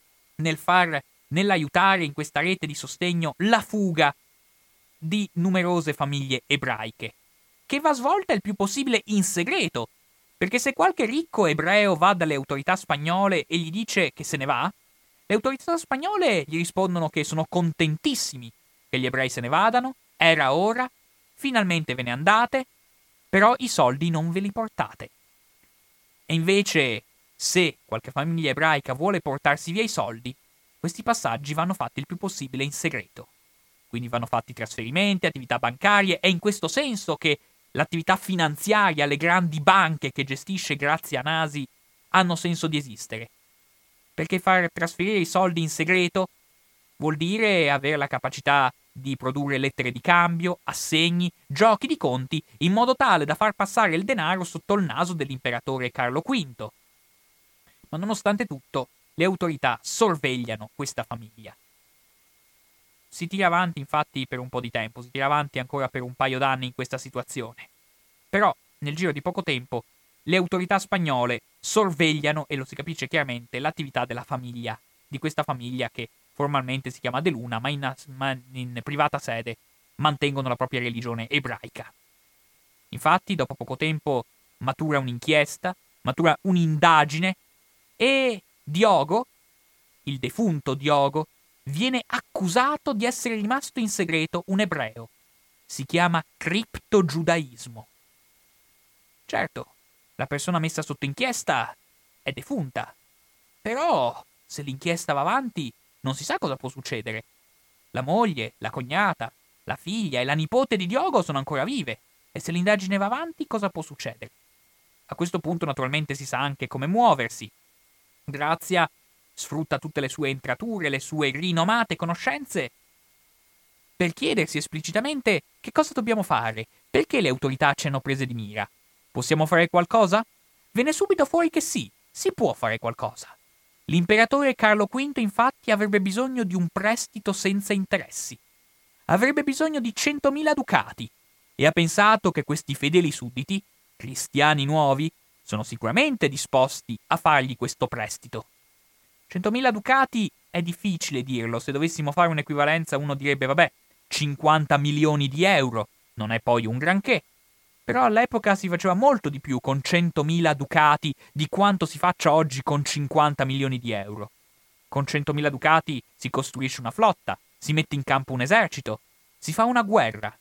nell'aiutare in questa rete di sostegno la fuga di numerose famiglie ebraiche, che va svolta il più possibile in segreto, perché se qualche ricco ebreo va dalle autorità spagnole e gli dice che se ne va, le autorità spagnole gli rispondono che sono contentissimi che gli ebrei se ne vadano, era ora, finalmente ve ne andate, però i soldi non ve li portate. E invece, se qualche famiglia ebraica vuole portarsi via i soldi, questi passaggi vanno fatti il più possibile in segreto. Quindi vanno fatti trasferimenti, attività bancarie, è in questo senso che l'attività finanziaria, le grandi banche che gestisce Grazia Nasi hanno senso di esistere. Perché far trasferire i soldi in segreto vuol dire avere la capacità di produrre lettere di cambio, assegni, giochi di conti, in modo tale da far passare il denaro sotto il naso dell'imperatore Carlo V. Ma nonostante tutto, le autorità sorvegliano questa famiglia. Si tira avanti infatti per un po' di tempo, si tira avanti ancora per un paio d'anni in questa situazione. Però, nel giro di poco tempo, le autorità spagnole sorvegliano, e lo si capisce chiaramente, l'attività della famiglia, di questa famiglia che formalmente si chiama De Luna, ma in privata sede mantengono la propria religione ebraica. Infatti, dopo poco tempo, matura un'inchiesta, matura un'indagine, e Diogo, il defunto Diogo, viene accusato di essere rimasto in segreto un ebreo. Si chiama criptogiudaismo. Certo, la persona messa sotto inchiesta è defunta, però se l'inchiesta va avanti non si sa cosa può succedere. La moglie, la cognata, la figlia e la nipote di Diogo sono ancora vive. E se l'indagine va avanti, cosa può succedere? A questo punto naturalmente si sa anche come muoversi. Grazia sfrutta tutte le sue entrature, le sue rinomate conoscenze per chiedersi esplicitamente che cosa dobbiamo fare, perché le autorità ci hanno prese di mira. Possiamo fare qualcosa? Viene subito fuori che sì, si può fare qualcosa. L'imperatore Carlo V infatti avrebbe bisogno di un prestito senza interessi. Avrebbe bisogno di 100.000 ducati e ha pensato che questi fedeli sudditi, cristiani nuovi, sono sicuramente disposti a fargli questo prestito. 100.000 ducati è difficile dirlo, se dovessimo fare un'equivalenza uno direbbe vabbè, 50 milioni di euro, non è poi un granché. Però all'epoca si faceva molto di più con 100.000 ducati di quanto si faccia oggi con 50 milioni di euro. Con 100.000 ducati si costruisce una flotta, si mette in campo un esercito, si fa una guerra.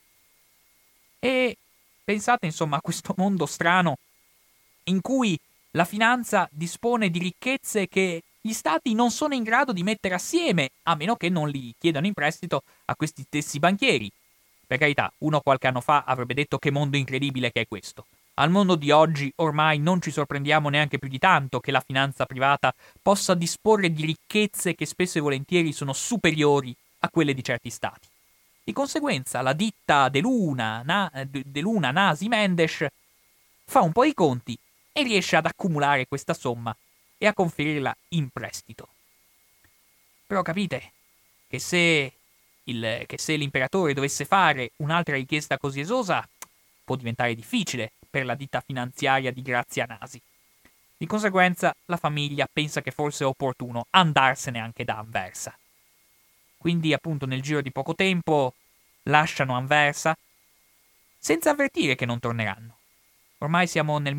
E pensate insomma a questo mondo strano in cui la finanza dispone di ricchezze che gli stati non sono in grado di mettere assieme, a meno che non li chiedano in prestito a questi stessi banchieri. Per carità, uno qualche anno fa avrebbe detto che mondo incredibile che è questo. Al mondo di oggi ormai non ci sorprendiamo neanche più di tanto che la finanza privata possa disporre di ricchezze che spesso e volentieri sono superiori a quelle di certi stati. Di conseguenza la ditta De Luna, Nasi Mendes fa un po' i conti e riesce ad accumulare questa somma e a conferirla in prestito. Però capite che se l'imperatore dovesse fare un'altra richiesta così esosa, può diventare difficile per la ditta finanziaria di Grazia Nasi. Di conseguenza, la famiglia pensa che forse è opportuno andarsene anche da Anversa. Quindi, appunto, nel giro di poco tempo lasciano Anversa senza avvertire che non torneranno. Ormai siamo nel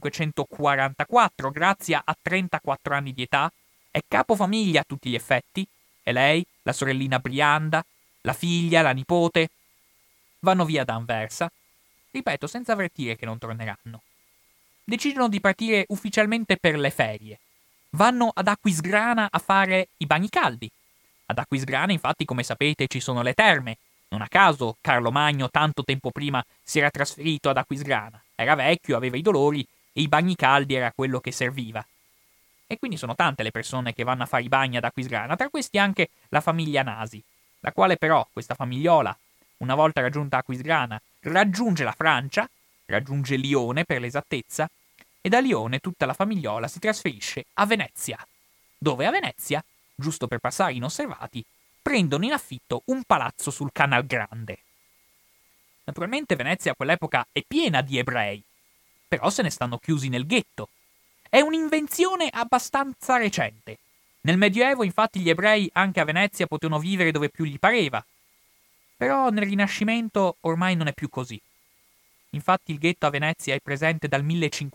1544, Grazia ha 34 anni di età, è capofamiglia a tutti gli effetti, e lei, la sorellina Brianda, la figlia, la nipote, vanno via da Anversa, ripeto, senza avvertire che non torneranno. Decidono di partire ufficialmente per le ferie. Vanno ad Aquisgrana a fare i bagni caldi. Ad Aquisgrana, infatti, come sapete, ci sono le terme. Non a caso Carlo Magno tanto tempo prima si era trasferito ad Aquisgrana. Era vecchio, aveva i dolori e i bagni caldi era quello che serviva. E quindi sono tante le persone che vanno a fare i bagni ad Aquisgrana, tra questi anche la famiglia Nasi, la quale però, questa famigliola, una volta raggiunta Aquisgrana, raggiunge la Francia, raggiunge Lione per l'esattezza, e da Lione tutta la famigliola si trasferisce a Venezia, dove a Venezia, giusto per passare inosservati, prendono in affitto un palazzo sul Canal Grande. Naturalmente Venezia a quell'epoca è piena di ebrei, però se ne stanno chiusi nel ghetto. È un'invenzione abbastanza recente. Nel Medioevo, infatti, gli ebrei anche a Venezia potevano vivere dove più gli pareva. Però nel Rinascimento ormai non è più così. Infatti il ghetto a Venezia è presente dal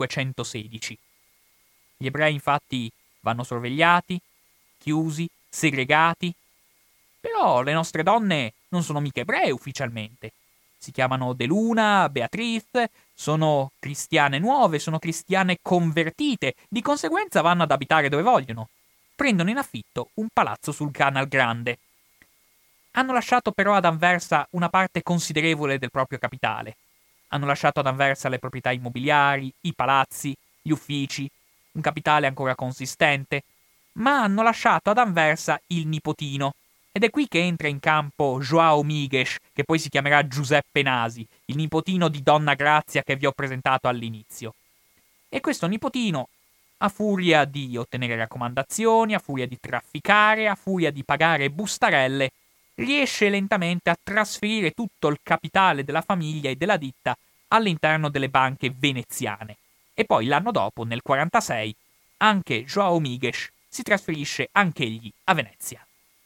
1516. Gli ebrei, infatti, vanno sorvegliati, chiusi, segregati. Però le nostre donne non sono mica ebree ufficialmente. Si chiamano De Luna, Beatrice, sono cristiane nuove, sono cristiane convertite, di conseguenza vanno ad abitare dove vogliono. Prendono in affitto un palazzo sul Canal Grande. Hanno lasciato però ad Anversa una parte considerevole del proprio capitale. Hanno lasciato ad Anversa le proprietà immobiliari, i palazzi, gli uffici, un capitale ancora consistente, ma hanno lasciato ad Anversa il nipotino. Ed è qui che entra in campo João Migues, che poi si chiamerà Giuseppe Nasi, il nipotino di Donna Grazia che vi ho presentato all'inizio. E questo nipotino, a furia di ottenere raccomandazioni, a furia di trafficare, a furia di pagare bustarelle, riesce lentamente a trasferire tutto il capitale della famiglia e della ditta all'interno delle banche veneziane. E poi l'anno dopo, nel 46, anche João Migues si trasferisce anch'egli a Venezia.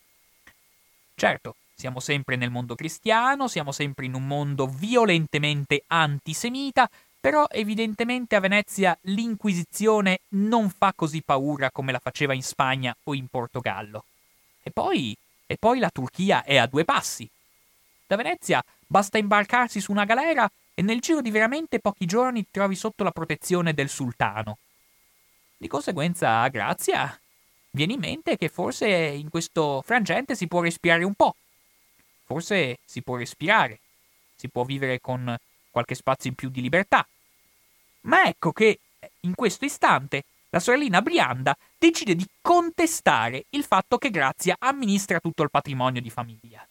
Certo, siamo sempre nel mondo cristiano, siamo sempre in un mondo violentemente antisemita, però evidentemente a Venezia l'Inquisizione non fa così paura come la faceva in Spagna o in Portogallo. E poi la Turchia è a 2 passi. Da Venezia basta imbarcarsi su una galera e nel giro di veramente pochi giorni ti trovi sotto la protezione del sultano. Di conseguenza, a Grazia viene in mente che forse in questo frangente si può respirare un po'. Forse si può respirare. Si può vivere con qualche spazio in più di libertà. Ma ecco che in questo istante la sorellina Brianda decide di contestare il fatto che Grazia amministra tutto il patrimonio di famiglia.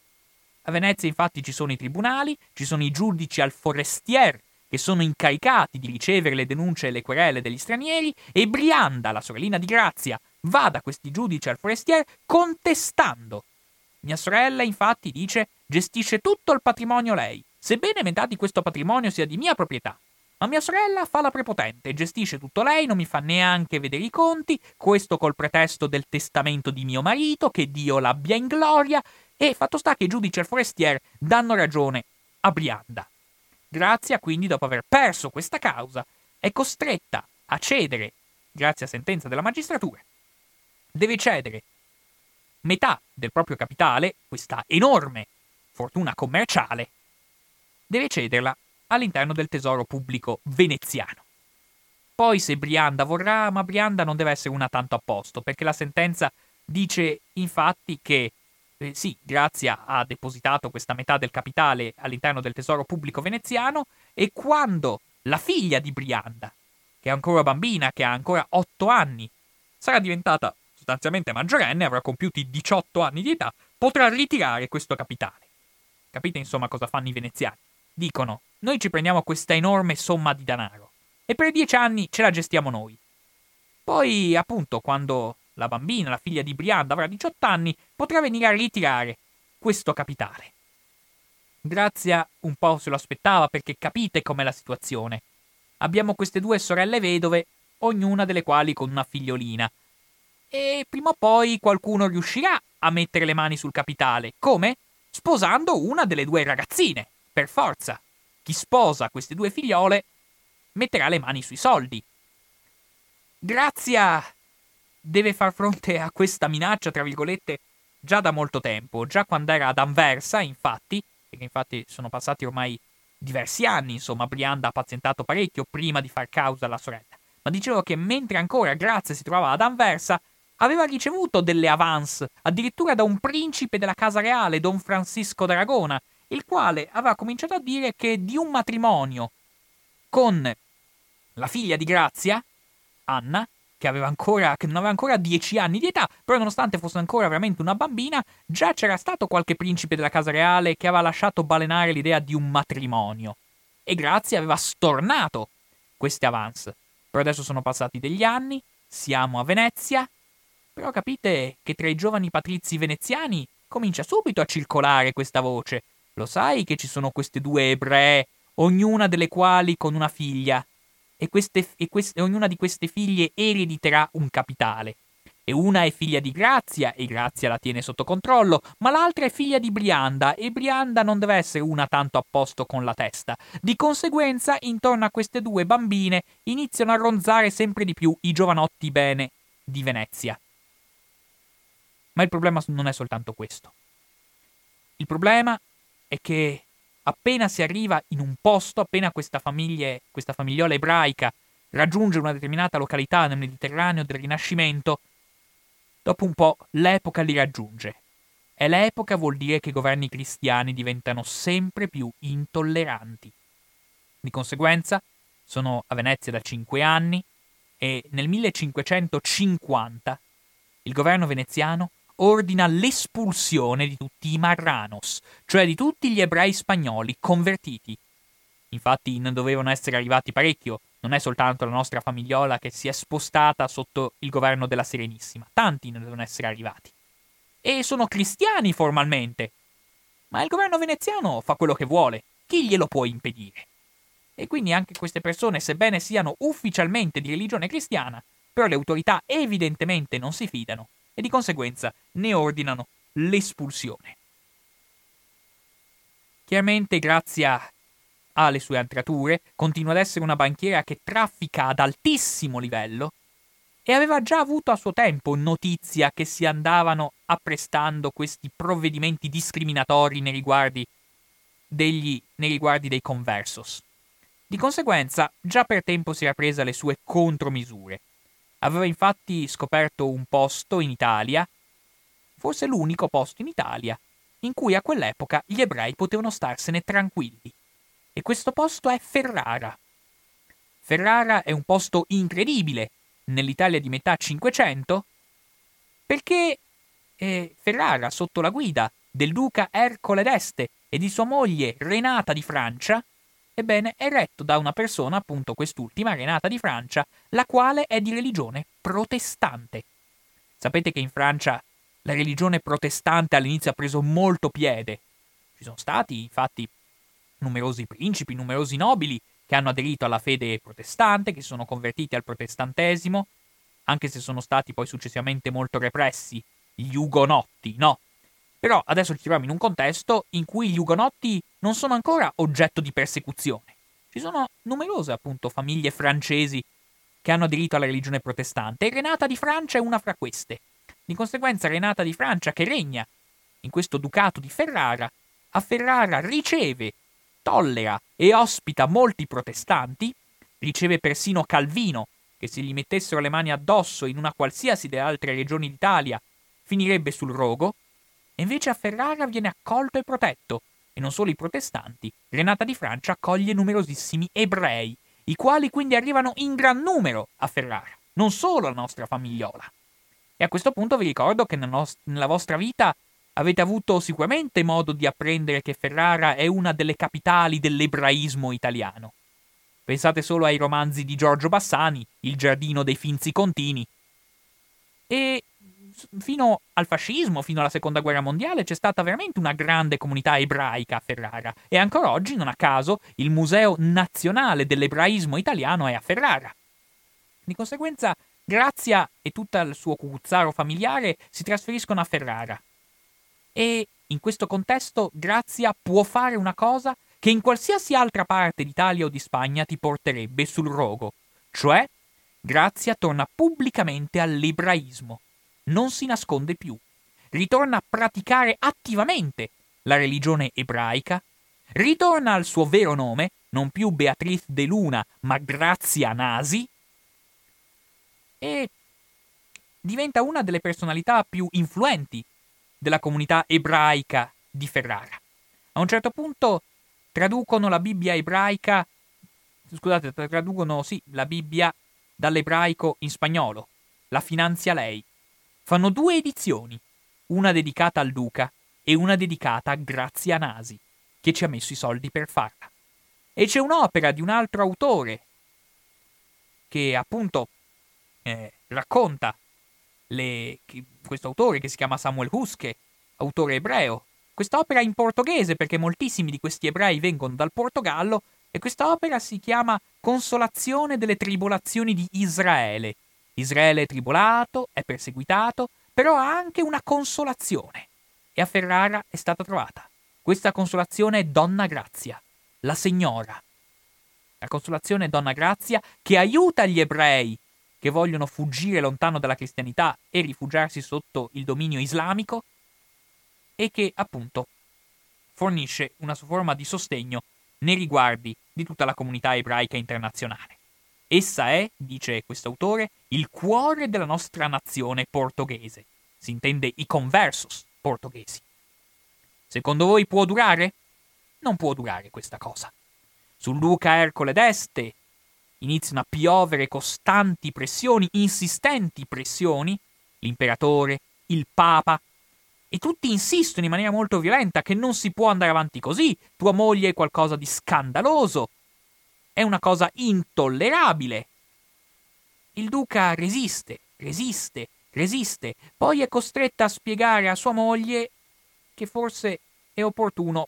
A Venezia infatti ci sono i tribunali, ci sono i giudici al forestier che sono incaricati di ricevere le denunce e le querele degli stranieri, e Brianda, la sorellina di Grazia, va da questi giudici al forestier contestando. Mia sorella infatti dice gestisce tutto il patrimonio lei, sebbene metà di questo patrimonio sia di mia proprietà. Ma mia sorella fa la prepotente, gestisce tutto lei, non mi fa neanche vedere i conti, questo col pretesto del testamento di mio marito, che Dio l'abbia in gloria, e fatto sta che i giudici al forestier danno ragione a Brianda. Grazia, quindi, dopo aver perso questa causa, è costretta a cedere, grazie a sentenza della magistratura, deve cedere metà del proprio capitale, questa enorme fortuna commerciale, deve cederla all'interno del tesoro pubblico veneziano. Poi se Brianda vorrà, ma Brianda non deve essere una tanto a posto, perché la sentenza dice infatti che sì, Grazia ha depositato questa metà del capitale all'interno del tesoro pubblico veneziano, e quando la figlia di Brianda, che è ancora bambina, che ha ancora 8 anni, sarà diventata sostanzialmente maggiorenne, avrà compiuto i 18 anni di età, potrà ritirare questo capitale. Capite insomma cosa fanno i veneziani? Dicono, noi ci prendiamo questa enorme somma di denaro e per 10 anni ce la gestiamo noi. Poi, appunto, quando la bambina, la figlia di Brianda, avrà 18 anni, potrà venire a ritirare questo capitale. Grazia un po' se lo aspettava, perché capite com'è la situazione. Abbiamo queste due sorelle vedove, ognuna delle quali con una figliolina. E prima o poi qualcuno riuscirà a mettere le mani sul capitale. Come? Sposando una delle due ragazzine, per forza. Chi sposa queste due figliole metterà le mani sui soldi. Grazia deve far fronte a questa minaccia, tra virgolette, già da molto tempo, già quando era ad Anversa, infatti, perché infatti sono passati ormai diversi anni, insomma, Brianda ha pazientato parecchio prima di far causa alla sorella. Ma dicevo che mentre ancora Grazia si trovava ad Anversa, aveva ricevuto delle avance, addirittura da un principe della casa reale, Don Francisco d'Aragona, il quale aveva cominciato a dire che di un matrimonio con la figlia di Grazia, Anna, che non aveva ancora 10 anni di età, però nonostante fosse ancora veramente una bambina, già c'era stato qualche principe della casa reale che aveva lasciato balenare l'idea di un matrimonio. E Grazia aveva stornato queste avance. Però adesso sono passati degli anni, siamo a Venezia, però capite che tra i giovani patrizi veneziani comincia subito a circolare questa voce. Lo sai che ci sono queste due ebree, ognuna delle quali con una figlia, e ognuna di queste figlie erediterà un capitale. E una è figlia di Grazia, e Grazia la tiene sotto controllo, ma l'altra è figlia di Brianda, e Brianda non deve essere una tanto a posto con la testa. Di conseguenza, intorno a queste due bambine iniziano a ronzare sempre di più i giovanotti bene di Venezia. Ma il problema non è soltanto questo. Il problema è che appena si arriva in un posto, appena questa famigliola ebraica raggiunge una determinata località nel Mediterraneo del Rinascimento, dopo un po' l'epoca li raggiunge. E l'epoca vuol dire che i governi cristiani diventano sempre più intolleranti. Di conseguenza, sono a Venezia da 5 anni e nel 1550 il governo veneziano ordina l'espulsione di tutti i marranos, cioè di tutti gli ebrei spagnoli convertiti. Infatti ne dovevano essere arrivati parecchio, non è soltanto la nostra famigliola che si è spostata sotto il governo della Serenissima, tanti ne devono essere arrivati. E sono cristiani formalmente, ma il governo veneziano fa quello che vuole, chi glielo può impedire? E quindi anche queste persone, sebbene siano ufficialmente di religione cristiana, però le autorità evidentemente non si fidano e di conseguenza ne ordinano l'espulsione. Chiaramente, grazie alle sue antrature, continua ad essere una banchiera che traffica ad altissimo livello e aveva già avuto a suo tempo notizia che si andavano apprestando questi provvedimenti discriminatori nei riguardi dei conversos. Di conseguenza, già per tempo si era presa le sue contromisure. Aveva infatti scoperto un posto in Italia, forse l'unico posto in Italia, in cui a quell'epoca gli ebrei potevano starsene tranquilli. E questo posto è Ferrara. Ferrara è un posto incredibile nell'Italia di metà Cinquecento, perché Ferrara, sotto la guida del duca Ercole d'Este e di sua moglie Renata di Francia, ebbene, è retto da una persona, appunto quest'ultima, Renata di Francia, la quale è di religione protestante. Sapete che in Francia la religione protestante all'inizio ha preso molto piede. Ci sono stati, infatti, numerosi principi, numerosi nobili che hanno aderito alla fede protestante, che sono convertiti al protestantesimo, anche se sono stati poi successivamente molto repressi, gli ugonotti, no? Però adesso ci troviamo in un contesto in cui gli ugonotti non sono ancora oggetto di persecuzione. Ci sono numerose, appunto, famiglie francesi che hanno aderito alla religione protestante e Renata di Francia è una fra queste. Di conseguenza Renata di Francia, che regna in questo ducato di Ferrara, a Ferrara riceve, tollera e ospita molti protestanti, riceve persino Calvino, che se gli mettessero le mani addosso in una qualsiasi delle altre regioni d'Italia finirebbe sul rogo, e invece a Ferrara viene accolto e protetto, e non solo i protestanti, Renata di Francia accoglie numerosissimi ebrei, i quali quindi arrivano in gran numero a Ferrara, non solo la nostra famigliola. E a questo punto vi ricordo che nella vostra vita avete avuto sicuramente modo di apprendere che Ferrara è una delle capitali dell'ebraismo italiano. Pensate solo ai romanzi di Giorgio Bassani, Il giardino dei Finzi Contini. E fino al fascismo, fino alla seconda guerra mondiale, c'è stata veramente una grande comunità ebraica a Ferrara. E ancora oggi, non a caso, il Museo Nazionale dell'Ebraismo Italiano è a Ferrara. Di conseguenza, Grazia e tutto il suo cucuzzaro familiare si trasferiscono a Ferrara. E in questo contesto Grazia può fare una cosa che in qualsiasi altra parte d'Italia o di Spagna ti porterebbe sul rogo, cioè Grazia torna pubblicamente all'ebraismo, non si nasconde più, ritorna a praticare attivamente la religione ebraica, ritorna al suo vero nome, non più Beatriz de Luna, ma Grazia Nasi, e diventa una delle personalità più influenti della comunità ebraica di Ferrara. A un certo punto traducono la Bibbia ebraica, la Bibbia dall'ebraico in spagnolo, la finanzia lei. Fanno 2 edizioni, una dedicata al duca e una dedicata a Grazia Nasi, che ci ha messo i soldi per farla. E c'è un'opera di un altro autore che appunto racconta questo autore che si chiama Samuel Huske, autore ebreo. Quest'opera è in portoghese perché moltissimi di questi ebrei vengono dal Portogallo e quest'opera si chiama Consolazione delle tribolazioni di Israele. Israele è tribolato, è perseguitato, però ha anche una consolazione. E a Ferrara è stata trovata. Questa consolazione è Donna Grazia, la Signora. La consolazione è Donna Grazia che aiuta gli ebrei che vogliono fuggire lontano dalla cristianità e rifugiarsi sotto il dominio islamico e che appunto fornisce una sua forma di sostegno nei riguardi di tutta la comunità ebraica internazionale. Essa è, dice quest'autore, il cuore della nostra nazione portoghese. Si intende i conversos portoghesi. Secondo voi può durare? Non può durare questa cosa. Sul duca Ercole d'Este iniziano a piovere costanti pressioni, insistenti pressioni, l'imperatore, il papa, e tutti insistono in maniera molto violenta che non si può andare avanti così, tua moglie è qualcosa di scandaloso, è una cosa intollerabile. Il duca resiste, poi è costretta a spiegare a sua moglie che forse è opportuno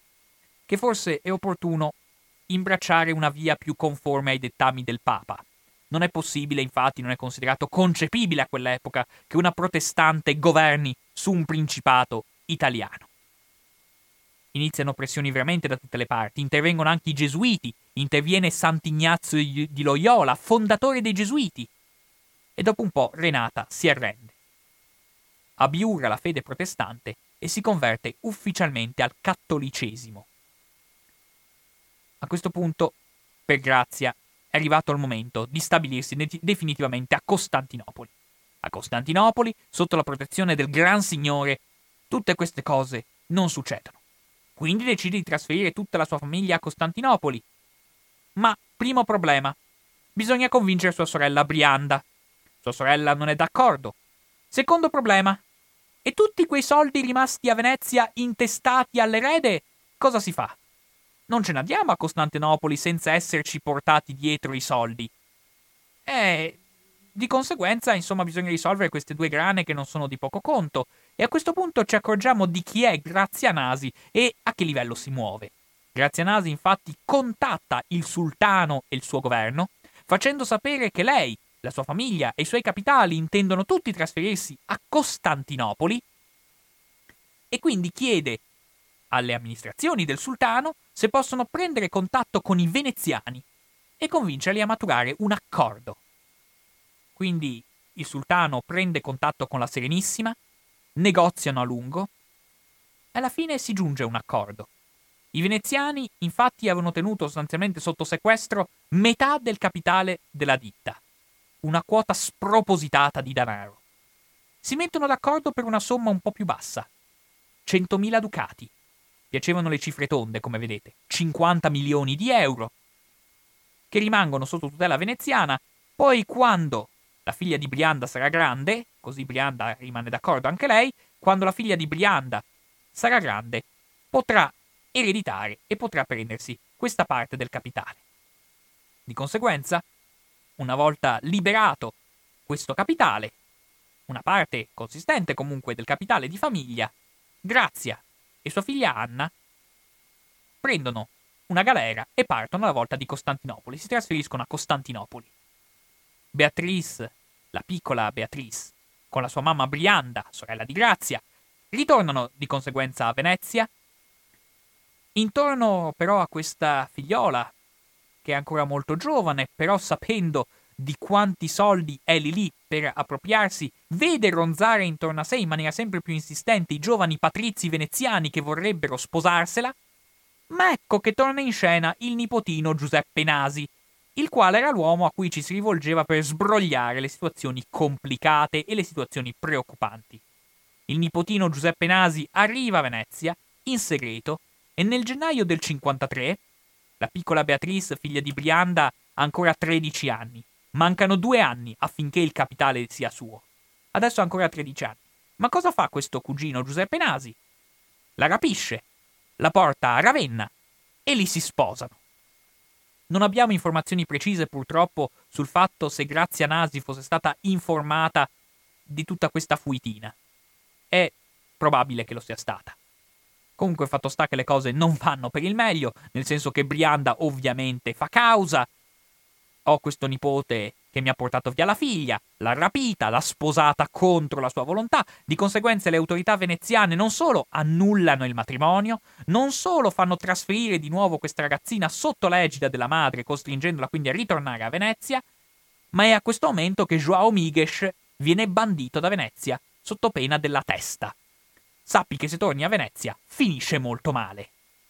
imbracciare una via più conforme ai dettami del Papa. Non è possibile, infatti, non è considerato concepibile a quell'epoca che una protestante governi su un principato italiano. Iniziano pressioni veramente da tutte le parti, intervengono anche i Gesuiti, interviene Sant'Ignazio di Loyola, fondatore dei Gesuiti. E dopo un po' Renata si arrende. Abiura la fede protestante e si converte ufficialmente al cattolicesimo. A questo punto, per Grazia, è arrivato il momento di stabilirsi definitivamente a Costantinopoli. A Costantinopoli, sotto la protezione del Gran Signore, tutte queste cose non succedono. Quindi decide di trasferire tutta la sua famiglia a Costantinopoli. Ma, primo problema, bisogna convincere sua sorella Brianda. Sua sorella non è d'accordo. Secondo problema, e tutti quei soldi rimasti a Venezia intestati all'erede, cosa si fa? Non ce ne andiamo a Costantinopoli senza esserci portati dietro i soldi. Di conseguenza, insomma, bisogna risolvere queste due grane che non sono di poco conto. E a questo punto ci accorgiamo di chi è Grazianasi e a che livello si muove. Grazianasi, infatti, contatta il sultano e il suo governo, facendo sapere che lei, la sua famiglia e i suoi capitali intendono tutti trasferirsi a Costantinopoli e quindi chiede alle amministrazioni del sultano se possono prendere contatto con i veneziani e convincerli a maturare un accordo. Quindi il sultano prende contatto con la Serenissima, negoziano a lungo e alla fine si giunge a un accordo. I veneziani infatti avevano tenuto sostanzialmente sotto sequestro metà del capitale della ditta, una quota spropositata di denaro. Si mettono d'accordo per una somma un po' più bassa, 100.000 ducati. Piacevano le cifre tonde, come vedete, 50 milioni di euro, che rimangono sotto tutela veneziana. Poi quando la figlia di Brianda sarà grande, così Brianda rimane d'accordo anche lei, quando la figlia di Brianda sarà grande, potrà ereditare e potrà prendersi questa parte del capitale. Di conseguenza, una volta liberato questo capitale, una parte consistente comunque del capitale di famiglia, Grazia e sua figlia Anna prendono una galera e partono alla volta di Costantinopoli, si trasferiscono a Costantinopoli. Beatrice, la piccola Beatrice, con la sua mamma Brianda, sorella di Grazia, ritornano di conseguenza a Venezia. Intorno però a questa figliola, che è ancora molto giovane, però sapendo di quanti soldi è lì per appropriarsi, vede ronzare intorno a sé in maniera sempre più insistente i giovani patrizi veneziani che vorrebbero sposarsela, ma ecco che torna in scena il nipotino Giuseppe Nasi, il quale era l'uomo a cui ci si rivolgeva per sbrogliare le situazioni complicate e le situazioni preoccupanti. Il nipotino Giuseppe Nasi arriva a Venezia, in segreto, e nel gennaio del 53, la piccola Beatrice, figlia di Brianda, ha ancora 13 anni. Mancano 2 anni affinché il capitale sia suo. Adesso ha ancora 13 anni. Ma cosa fa questo cugino Giuseppe Nasi? La rapisce, la porta a Ravenna e lì si sposano. Non abbiamo informazioni precise purtroppo sul fatto se Grazia Nasi fosse stata informata di tutta questa fuitina. È probabile che lo sia stata. Comunque fatto sta che le cose non vanno per il meglio, nel senso che Brianda ovviamente fa causa. Ho questo nipote che mi ha portato via la figlia, l'ha rapita, l'ha sposata contro la sua volontà. Di conseguenza le autorità veneziane non solo annullano il matrimonio, non solo fanno trasferire di nuovo questa ragazzina sotto l'egida della madre, costringendola quindi a ritornare a Venezia, ma è a questo momento che João Migues viene bandito da Venezia sotto pena della testa. Sappi che se torni a Venezia finisce molto male.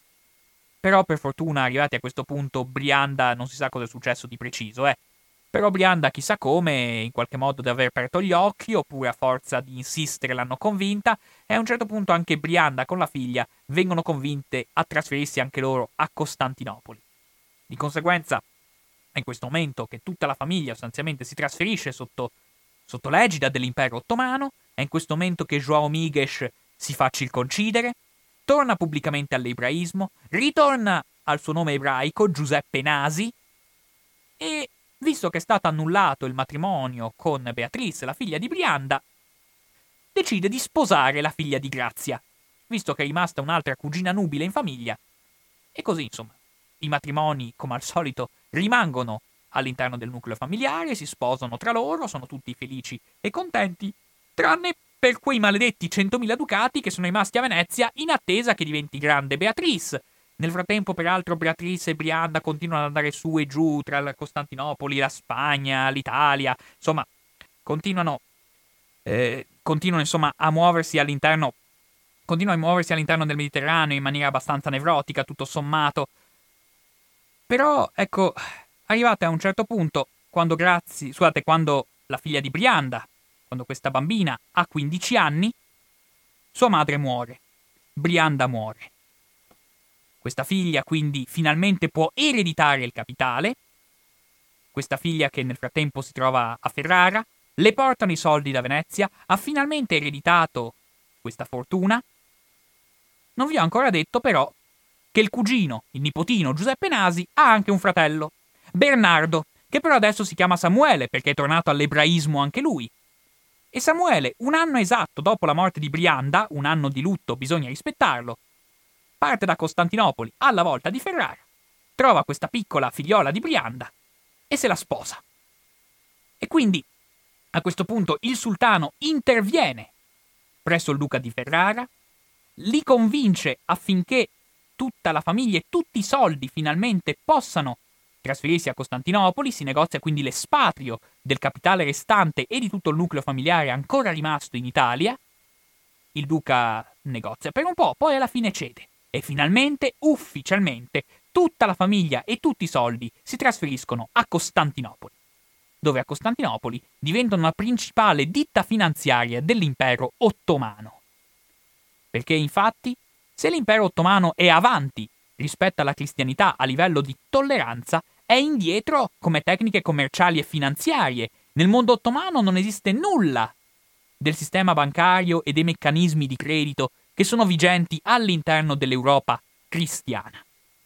Però per fortuna, arrivati a questo punto, Brianda non si sa cosa è successo di preciso, Però Brianda, chissà come, in qualche modo deve aver aperto gli occhi, oppure a forza di insistere l'hanno convinta, e a un certo punto anche Brianda con la figlia vengono convinte a trasferirsi anche loro a Costantinopoli. Di conseguenza, è in questo momento che tutta la famiglia sostanzialmente si trasferisce sotto l'egida dell'impero ottomano, è in questo momento che João Migues si fa circoncidere, torna pubblicamente all'ebraismo, ritorna al suo nome ebraico, Giuseppe Nasi, e, visto che è stato annullato il matrimonio con Beatrice, la figlia di Brianda, decide di sposare la figlia di Grazia, visto che è rimasta un'altra cugina nubile in famiglia. E così, insomma, i matrimoni, come al solito, rimangono all'interno del nucleo familiare, si sposano tra loro, sono tutti felici e contenti, tranne per quei maledetti 100.000 ducati che sono rimasti a Venezia in attesa che diventi grande Beatrice. Nel frattempo, peraltro, Beatrice e Brianda continuano ad andare su e giù tra la Costantinopoli, la Spagna, l'Italia, insomma, continuano insomma a muoversi all'interno del Mediterraneo in maniera abbastanza nevrotica, tutto sommato. Però, ecco, arrivate a un certo punto, quando la figlia di Brianda, quando questa bambina ha 15 anni, sua madre muore. Brianda muore. Questa figlia quindi finalmente può ereditare il capitale, questa figlia che nel frattempo si trova a Ferrara, le portano i soldi da Venezia, ha finalmente ereditato questa fortuna. Non vi ho ancora detto però che il cugino, il nipotino Giuseppe Nasi, ha anche un fratello, Bernardo, che però adesso si chiama Samuele perché è tornato all'ebraismo anche lui. E Samuele, un anno esatto dopo la morte di Brianda, un anno di lutto, bisogna rispettarlo, parte da Costantinopoli alla volta di Ferrara, trova questa piccola figliola di Brianda e se la sposa. E quindi, a questo punto, il sultano interviene presso il duca di Ferrara, li convince affinché tutta la famiglia e tutti i soldi finalmente possano trasferirsi a Costantinopoli, si negozia quindi l'espatrio del capitale restante e di tutto il nucleo familiare ancora rimasto in Italia. Il duca negozia per un po', poi alla fine cede e finalmente, ufficialmente, tutta la famiglia e tutti i soldi si trasferiscono a Costantinopoli, dove a Costantinopoli diventano la principale ditta finanziaria dell'impero ottomano. Perché infatti, se l'impero ottomano è avanti rispetto alla cristianità a livello di tolleranza, è indietro come tecniche commerciali e finanziarie. Nel mondo ottomano non esiste nulla del sistema bancario e dei meccanismi di credito che sono vigenti all'interno dell'Europa cristiana.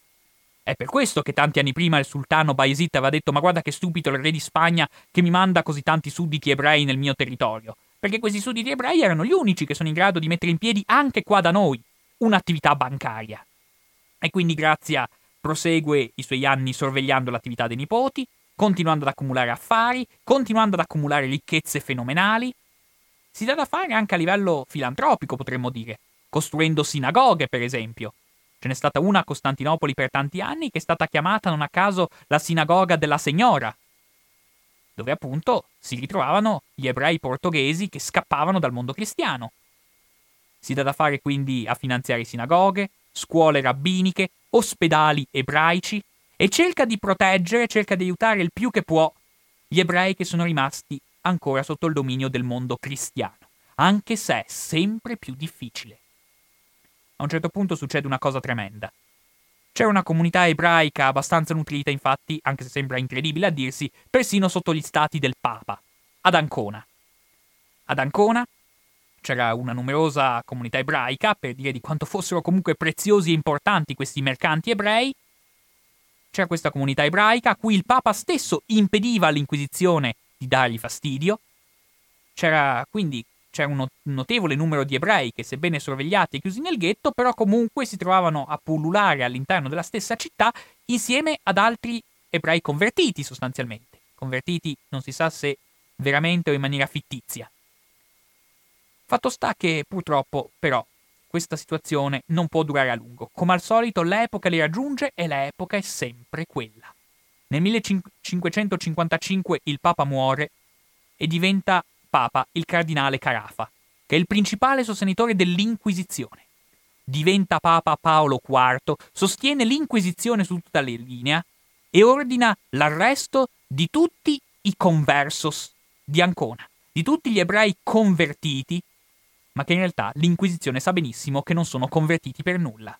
È per questo che tanti anni prima il sultano Bayezid aveva detto: ma guarda che stupido il re di Spagna che mi manda così tanti sudditi ebrei nel mio territorio. Perché questi sudditi ebrei erano gli unici che sono in grado di mettere in piedi anche qua da noi un'attività bancaria. E quindi Grazia prosegue i suoi anni sorvegliando l'attività dei nipoti, continuando ad accumulare affari, continuando ad accumulare ricchezze fenomenali. Si dà da fare anche a livello filantropico, potremmo dire, costruendo sinagoghe, per esempio. Ce n'è stata una a Costantinopoli per tanti anni che è stata chiamata non a caso la sinagoga della Signora, dove appunto si ritrovavano gli ebrei portoghesi che scappavano dal mondo cristiano. Si dà da fare quindi a finanziare sinagoghe, scuole rabbiniche, ospedali ebraici e cerca di proteggere, cerca di aiutare il più che può gli ebrei che sono rimasti ancora sotto il dominio del mondo cristiano, anche se è sempre più difficile. A un certo punto succede una cosa tremenda. C'è una comunità ebraica abbastanza nutrita, infatti, anche se sembra incredibile a dirsi, persino sotto gli stati del Papa, ad Ancona. Ad Ancona c'era una numerosa comunità ebraica, per dire di quanto fossero comunque preziosi e importanti questi mercanti ebrei. C'era questa comunità ebraica a cui il Papa stesso impediva all'Inquisizione di dargli fastidio. C'era un notevole numero di ebrei che, sebbene sorvegliati e chiusi nel ghetto, però comunque si trovavano a pullulare all'interno della stessa città insieme ad altri ebrei convertiti, sostanzialmente. Convertiti non si sa se veramente o in maniera fittizia. Fatto sta che, purtroppo, però, questa situazione non può durare a lungo. Come al solito, l'epoca li raggiunge e l'epoca è sempre quella. Nel 1555 il Papa muore e diventa Papa il cardinale Carafa, che è il principale sostenitore dell'Inquisizione. Diventa Papa Paolo IV, sostiene l'Inquisizione su tutta la linea e ordina l'arresto di tutti i conversos di Ancona, di tutti gli ebrei convertiti, ma che in realtà l'Inquisizione sa benissimo che non sono convertiti per nulla.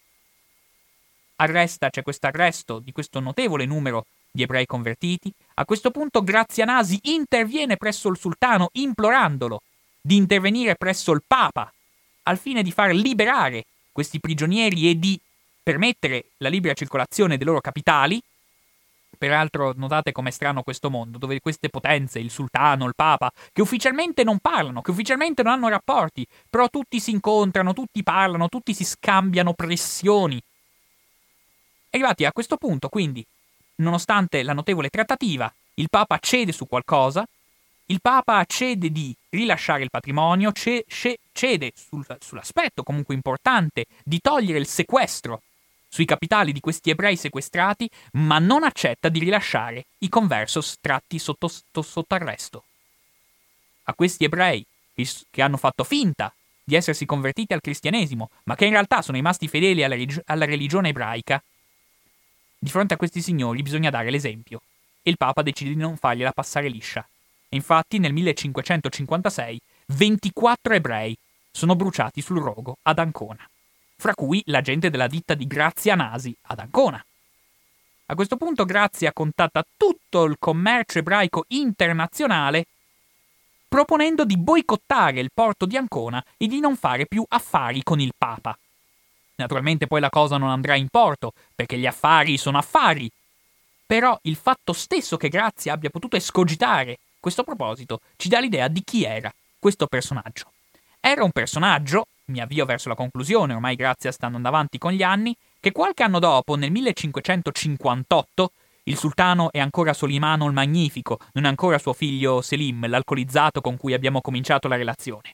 C'è questo arresto di questo notevole numero di ebrei convertiti. A questo punto Grazia Nasi interviene presso il sultano implorandolo di intervenire presso il Papa al fine di far liberare questi prigionieri e di permettere la libera circolazione dei loro capitali. Peraltro notate com'è strano questo mondo, dove queste potenze, il sultano, il papa, che ufficialmente non parlano, che ufficialmente non hanno rapporti, però tutti si incontrano, tutti parlano, tutti si scambiano pressioni. Arrivati a questo punto, quindi, nonostante la notevole trattativa, il papa cede su qualcosa, il papa cede di rilasciare il patrimonio, cede sull'aspetto comunque importante di togliere il sequestro sui capitali di questi ebrei sequestrati, ma non accetta di rilasciare i conversos tratti sotto arresto. A questi ebrei che hanno fatto finta di essersi convertiti al cristianesimo, ma che in realtà sono rimasti fedeli alla religione ebraica, di fronte a questi signori bisogna dare l'esempio, e il Papa decide di non fargliela passare liscia. Infatti nel 1556 24 ebrei sono bruciati sul rogo ad Ancona. fra cui la gente della ditta di Grazia Nasi ad Ancona. A questo punto Grazia contatta tutto il commercio ebraico internazionale proponendo di boicottare il porto di Ancona e di non fare più affari con il Papa. Naturalmente poi la cosa non andrà in porto, perché gli affari sono affari. Però il fatto stesso che Grazia abbia potuto escogitare questo proposito ci dà l'idea di chi era questo personaggio. Era un personaggio, mi avvio verso la conclusione, ormai Grazia sta andando avanti con gli anni, che qualche anno dopo, nel 1558, il sultano è ancora Solimano il Magnifico, non è ancora suo figlio Selim, l'alcolizzato con cui abbiamo cominciato la relazione.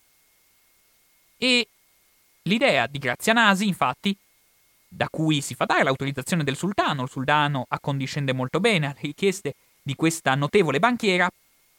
E l'idea di Grazia Nasi, infatti, da cui si fa dare l'autorizzazione del sultano, il sultano accondiscende molto bene alle richieste di questa notevole banchiera.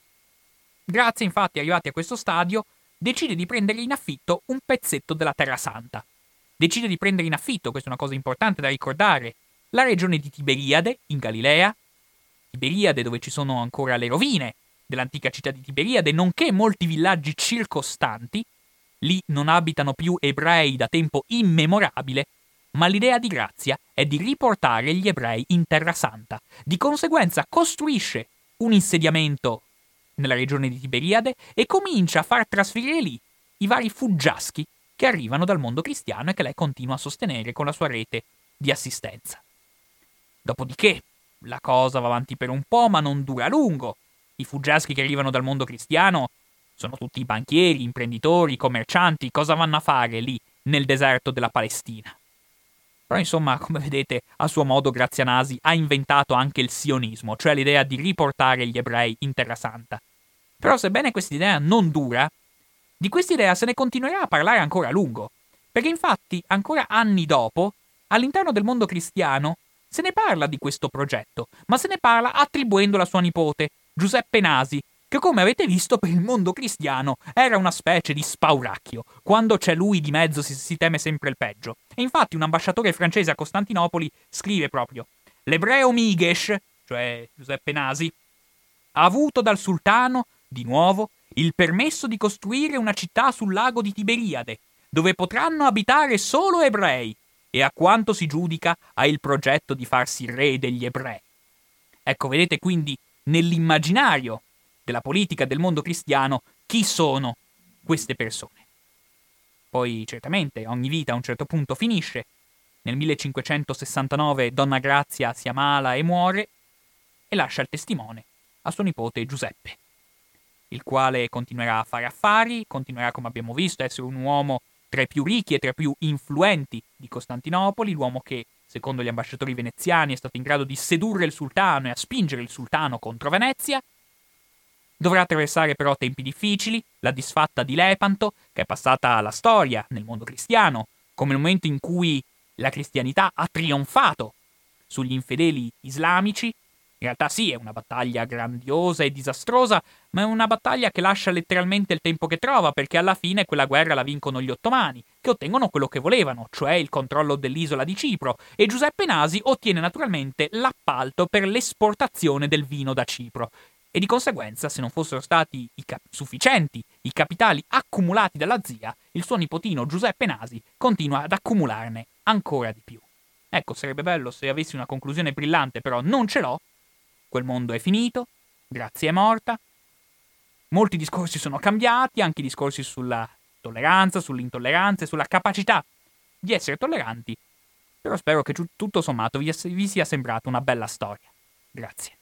Grazia, infatti, arrivati a questo stadio, decide di prendere in affitto un pezzetto della Terra Santa. Decide di prendere in affitto, questa è una cosa importante da ricordare, la regione di Tiberiade, in Galilea, Tiberiade dove ci sono ancora le rovine dell'antica città di Tiberiade, nonché molti villaggi circostanti. Lì non abitano più ebrei da tempo immemorabile, ma l'idea di Grazia è di riportare gli ebrei in Terra Santa. Di conseguenza costruisce un insediamento nella regione di Tiberiade e comincia a far trasferire lì i vari fuggiaschi che arrivano dal mondo cristiano e che lei continua a sostenere con la sua rete di assistenza. Dopodiché la cosa va avanti per un po', ma non dura a lungo. I fuggiaschi che arrivano dal mondo cristiano sono tutti banchieri, imprenditori, commercianti. Cosa vanno a fare lì, nel deserto della Palestina? Però insomma, come vedete, a suo modo Grazia Nasi ha inventato anche il sionismo, cioè l'idea di riportare gli ebrei in Terra Santa. Però sebbene quest'idea non dura, di quest'idea se ne continuerà a parlare ancora a lungo. Perché infatti, ancora anni dopo, all'interno del mondo cristiano, se ne parla di questo progetto, ma se ne parla attribuendo la sua nipote, Giuseppe Nasi, che come avete visto per il mondo cristiano era una specie di spauracchio. Quando c'è lui di mezzo si teme sempre il peggio. E infatti un ambasciatore francese a Costantinopoli scrive proprio: l'ebreo Migesh, cioè Giuseppe Nasi, ha avuto dal sultano, di nuovo, il permesso di costruire una città sul lago di Tiberiade, dove potranno abitare solo ebrei, e a quanto si giudica ha il progetto di farsi re degli ebrei. Ecco, vedete quindi nell'immaginario della politica del mondo cristiano chi sono queste persone. Poi certamente ogni vita a un certo punto finisce. Nel 1569 Donna Grazia si ammala e muore e lascia il testimone a suo nipote Giuseppe, il quale continuerà a fare affari, continuerà, come abbiamo visto, a essere un uomo tra i più ricchi e tra i più influenti di Costantinopoli, l'uomo che, secondo gli ambasciatori veneziani, è stato in grado di sedurre il sultano e a spingere il sultano contro Venezia. Dovrà attraversare però tempi difficili, la disfatta di Lepanto, che è passata alla storia nel mondo cristiano, come il momento in cui la cristianità ha trionfato sugli infedeli islamici. In realtà sì, è una battaglia grandiosa e disastrosa, ma è una battaglia che lascia letteralmente il tempo che trova, perché alla fine quella guerra la vincono gli ottomani, che ottengono quello che volevano, cioè il controllo dell'isola di Cipro, e Giuseppe Nasi ottiene naturalmente l'appalto per l'esportazione del vino da Cipro. E di conseguenza, se non fossero stati sufficienti i capitali accumulati dalla zia, il suo nipotino Giuseppe Nasi continua ad accumularne ancora di più. Ecco, sarebbe bello se avessi una conclusione brillante, però non ce l'ho. Quel mondo è finito, Grazia è morta, molti discorsi sono cambiati, anche i discorsi sulla tolleranza, sull'intolleranza e sulla capacità di essere tolleranti, però spero che tutto sommato vi sia sembrata una bella storia. Grazie.